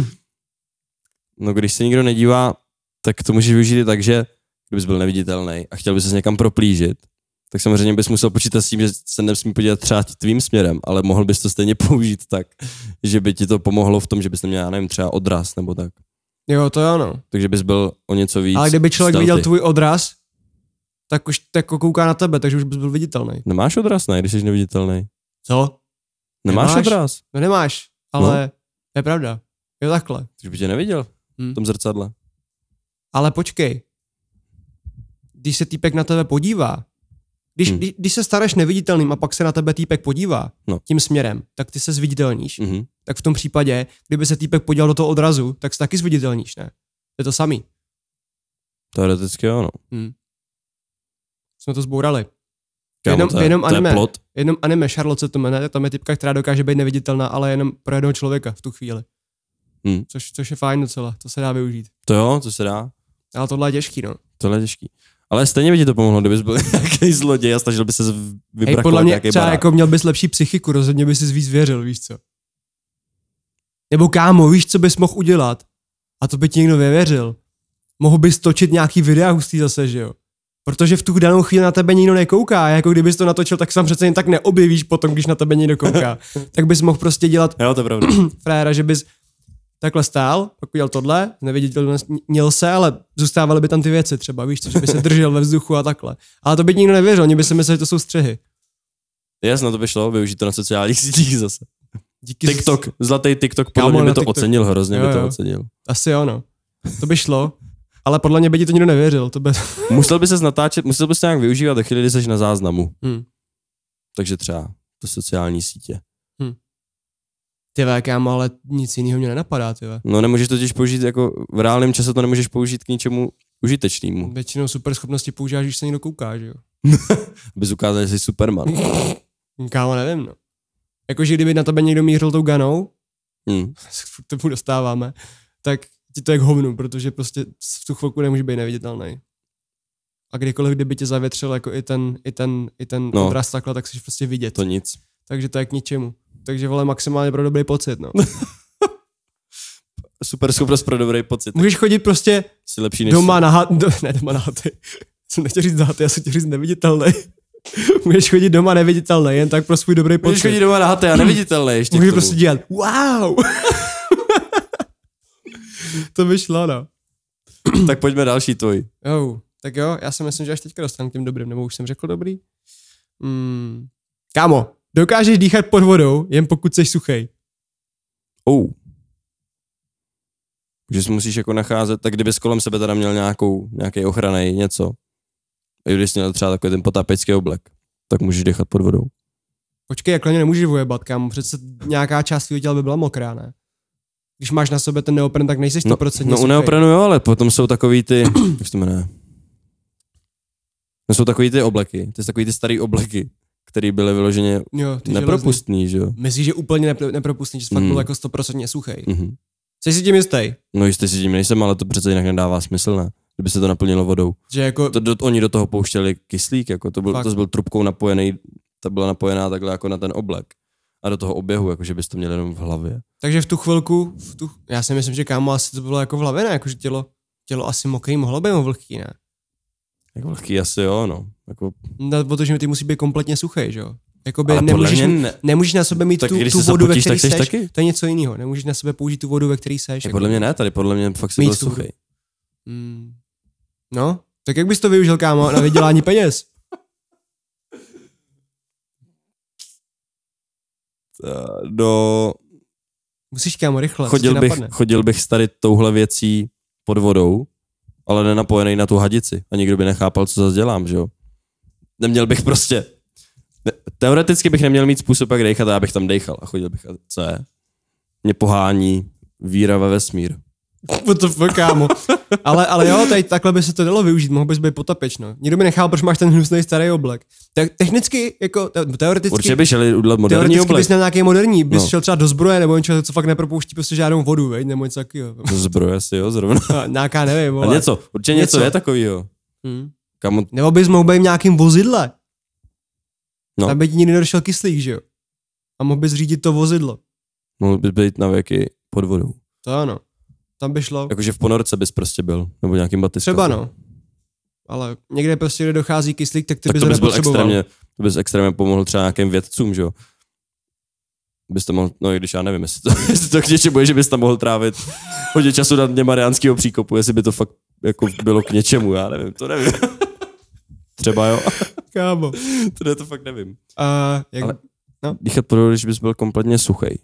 No když se nikdo nedívá, tak to můžeš využít i tak, že kdybys byl neviditelný a chtěl bys se někam proplížit, tak samozřejmě bys musel počítat s tím, že se nesmí podívat třeba tvým směrem, ale mohl bys to stejně použít tak, že by ti to pomohlo v tom, že bys neměl, já nevím, třeba odraz nebo tak. Jo, to je ono. Takže bys byl o něco víc. Ale kdyby člověk stealthy. viděl tvůj odraz, tak už jako kouká na tebe, takže už bys byl viditelný. Nemáš odraz, ne, když jsi neviditelný. Co? Nemáš odraz? No nemáš, ale to je pravda. Jo, takhle. Takže by tě neviděl v tom zrcadle. Ale počkej. Když se týpek na tebe podívá, když se staneš neviditelným a pak se na tebe týpek podívá tím směrem, tak ty se zviditelníš. Tak v tom případě, kdyby se týpek podíval do toho odrazu, tak se taky zviditelníš, ne? To je to samý. Teoreticky ano. Jsme to zbourali. Kámo, jenom anime. Plot. Jenom anime, Charlotte se to jmenuje, tam je typka, která dokáže být neviditelná, ale jenom pro jednoho člověka v tu chvíli. Což je fajn docela, to se dá využít. To jo, to se dá. Ale tohle je těžký, no. Tohle je těžký. Ale stejně by ti to pomohlo, kdybys byl nějaký zloděj a snažil by se vybrakovat podle mě nějaký třeba barák. jako měl bys lepší psychiku, rozhodně bys si víc věřil, víš co. Nebo kámo, víš, co bys mohl udělat? A to by ti někdo věřil. Mohl bys točit nějaký videa hustý zase, že jo? Protože v tu danou chvíli na tebe nikdo nekouká, jako kdybys to natočil, tak sám přece jen tak neobjevíš potom, když na tebe někdo kouká. Tak bys mohl prostě dělat jo, to je pravda. Fréra, že bys takhle stál, pak udělal tohle, neviditelnil se, ale zůstávaly by tam ty věci třeba, víš co, že by se držel ve vzduchu a takhle. Ale to by nikdo nevěřil, oni by si mysleli, že to jsou střehy. Jasno, to by šlo, využít to na sociálních sítích zase. Díky TikTok, zlatý TikTok, podle mě by to ocenil hrozně, by to ocenil. Asi ono. To by šlo, ale podle mě by ti to nikdo nevěřil. To by... Musel by ses natáčet, musel bys to nějak využívat do chvíli, kdy jsi na záznamu. Takže třeba to sociální sítě. Tyve, kámo, ale nic jiného mě nenapadá, tyve. No nemůžeš totiž použít, jako v reálném čase to nemůžeš použít k ničemu užitečnému. Většinou super schopnosti používáš, když se někdo kouká, že jo? Abys ukázal, že jsi Superman. Kámo, nevím, no. Jakože kdyby na tebe někdo mířil tou ganou, k tomu dostáváme, tak ti to je k hovnu, protože prostě v tu chvilku nemůže být neviditelný. A kdykoliv, kdyby tě zavětřil jako i ten odraz takhle, tak jsi prostě vidět. To nic. Takže to je k ničemu. Takže vole maximálně pro dobrý pocit, no. Super schopnost pro dobrý pocit. Můžeš chodit prostě lepší než doma na haty. Ne, doma na haty. Jsem nechtěl říct haty, já jsem chtěl říct neviditelný. Můžeš chodit doma neviditelný, jen tak pro svůj dobrý pocit. Můžeš chodit doma na haty a neviditelný ještě. Můžeš prostě dělat wow. To by šlo, no. Tak pojďme další tvoj. Jo, tak jo, já si myslím, že až teďka dostanu k těm dobrým, nebo už jsem řekl dobrý. Kámo, dokážeš dýchat pod vodou, jen pokud jsi suchej. Že si musíš jako nacházet, tak kdybys kolem sebe teda měl nějaký ochranný něco. A když jsi měl třeba takový ten potápěčský oblek, tak můžeš dechat pod vodou. Počkej, jak mě nemůžeš vojebat, kámo, přece nějaká část tvýho těla by byla mokrá, ne? Když máš na sobě ten neopren, tak nejsi 100% suchej. No u neoprenu jo, ale potom jsou takový ty, jak se to jmenuje? No jsou takový ty obleky, to jsou takový ty starý obleky, který byly vyloženě nepropustný, že jo? Myslíš, že úplně nepropustný, že jsi fakt byl jako 100% suchej. Jsi si tím jistý? No jistý si tím nejsem, ale to přece jinak nedává smysl, ne? Kdyby se to naplnilo vodou. Že jako... Oni do toho pouštěli kyslík, jako to byl trubkou napojený, ta byla napojená takhle jako na ten oblek. A do toho oběhu, jakože bys to měl jenom v hlavě. Takže v tu chvilku, já si myslím, že kámo asi to bylo jako v hlavě, ne? Jakože tělo asi mokrý mohlo být vlhký, ne? Jako vlhký asi jo, no. Jako... No, protože ty musí být kompletně suchý, že jo? Jakoby nemůžeš na sebe mít tu vodu, ve které seš, to je něco jiného. Nemůžeš na sebe použít tu vodu, ve které seš. Jako podle mě ne, tady podle mě fakt si byl suchý. No, tak jak bys to využil, kámo, na vydělání peněz? No... Musíš, kámo, rychle. Chodil bych tady touhle věcí pod vodou, ale nenapojený na tu hadici. A nikdo by nechápal, co zase dělám, že jo? Neměl bych prostě Teoreticky bych neměl mít způsob, jak dejchat, a já bych tam dejchal a chodil bych, a co je? Mě pohání víra ve vesmír. What the fuck, kámo. ale jo, tady takhle by se to dalo využít, mohl bys být potapeč, no. Nikdo by nechal, proč máš ten hnusný starý oblek. Tak technicky, jako teoreticky... Určitě by šeli udělat moderní teoreticky oblek. bys měl nějaký moderní, bys šel třeba do zbroje, nebo něco, co fakt nepropouští prostě žádnou vodu, veď, nebo něco takového. Do zbroje si, jo, zrovna. Nějaká, nevím, vole. A něco, určitě něco je takovýho. Nebo bys mohl být v nějakým vozidle. No. Tam by ti nikdy nedošel kyslík, že jo? A mohl bys řídit to vozidlo. Mohl bys být na věky pod vodou. To ano. Tam by šlo. Jakože v ponorce bys prostě byl, nebo nějakým batyskatem. Třeba no. Ale někde prostě, kde dochází kyslík, tak ty bys to ho bys byl nepotřeboval. to bys extrémně pomohl třeba nějakým vědcům, že jo? Bys to mohl, no i když já nevím, jestli to k něčemu je, že bys tam mohl trávit hodně času na dně Mariánského příkopu, jestli by to fakt jako bylo k něčemu, já nevím, to nevím. Třeba jo. Kámo. To fakt nevím. Jak... Ale no? dýchat pod vodou, když bys byl kompletně suchej.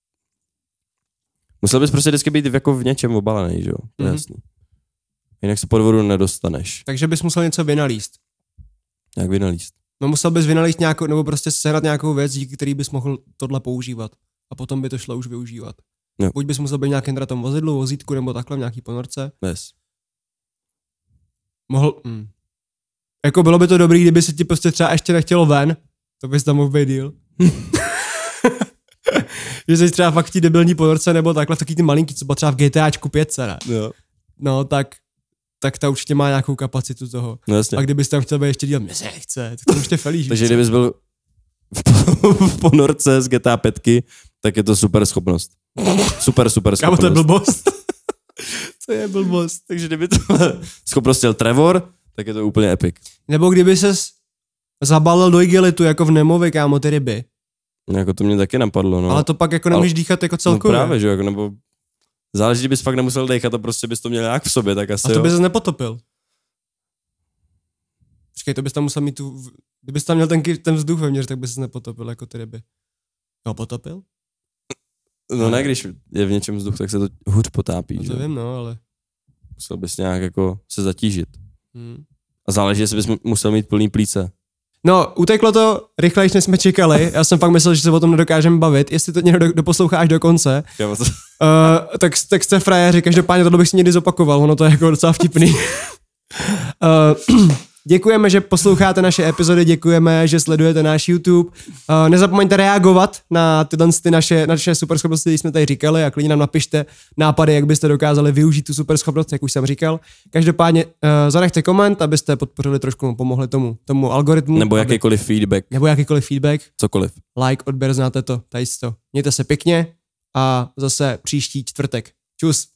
Musel bys prostě vždycky být jako v něčem obalený, že jo? To je jasný. Jinak se pod vodu nedostaneš. Takže bys musel něco vynalíst. Jak vynalíst? No musel bys vynalíst nějakou, nebo prostě sehnat nějakou věc, díky který bys mohl tohle používat. A potom by to šlo už využívat. Jo. Buď bys musel být v nějakém tom vozidlu, vozítku, nebo takhle v nějaký ponorce. Yes. Mohl... Jako bylo by to dobrý, kdyby se ti prostě třeba ještě nechtělo ven, to bys tam mohl být díl. Že jsi třeba fakt v té debilní ponorce, nebo takhle v taky ty malinký, co bylo třeba v GTAčku 5, ne? Jo. No, tak ta určitě má nějakou kapacitu toho. No, jasně. A kdybys tam chtěl být ještě díl, mě se nechce, tak to ještě felíš. Takže kdybys byl v ponorce z GTA 5, tak je to super schopnost. Super schopnost. Kámo, to je blbost. Co je blbost? Takže kdyby to schopnost měl Trevor, tak je to úplně epic. Nebo kdyby ses zabalil do igelitu, jako v Nemovi, kámo, ty ryby. Jako to mě taky napadlo, no. Ale to pak jako nemůžeš dýchat jako celkově. No právě, že jako, nebo záleží, kdybys fakt nemusel dýchat a prostě bys to měl nějak v sobě, tak asi a to jo. bys nepotopil. Počkej, to bys tam musel mít kdybys tam měl ten vzduch vevnitř, tak bys se nepotopil jako ty ryby. No, potopil? No ne, když je v něčem vzduch, tak se to hůř potápí, No že? to vím, no, ale... Musel bys nějak jako se zatížit. A záleží, jestli bys musel mít plný plíce. No, uteklo to rychlejš, než jsme čekali. Já jsem fakt myslel, že se o tom nedokážeme bavit. Jestli to někdo doposloucháš do konce, tak jste frajeři. Každopádně tohle bych si někdy zopakoval. Ono to je jako docela vtipný. Děkujeme, že posloucháte naše epizody, děkujeme, že sledujete náš YouTube. Nezapomeňte reagovat na tyhle naše superschopnosti, které jsme tady říkali, a klidně nám napište nápady, jak byste dokázali využít tu superschopnost, jak už jsem říkal. Každopádně zanechte koment, abyste podpořili trošku, pomohli tomu algoritmu. Nebo jakýkoliv feedback. Cokoliv. Like, odběr, znáte to, tady to. Mějte se pěkně a zase příští čtvrtek. Čus.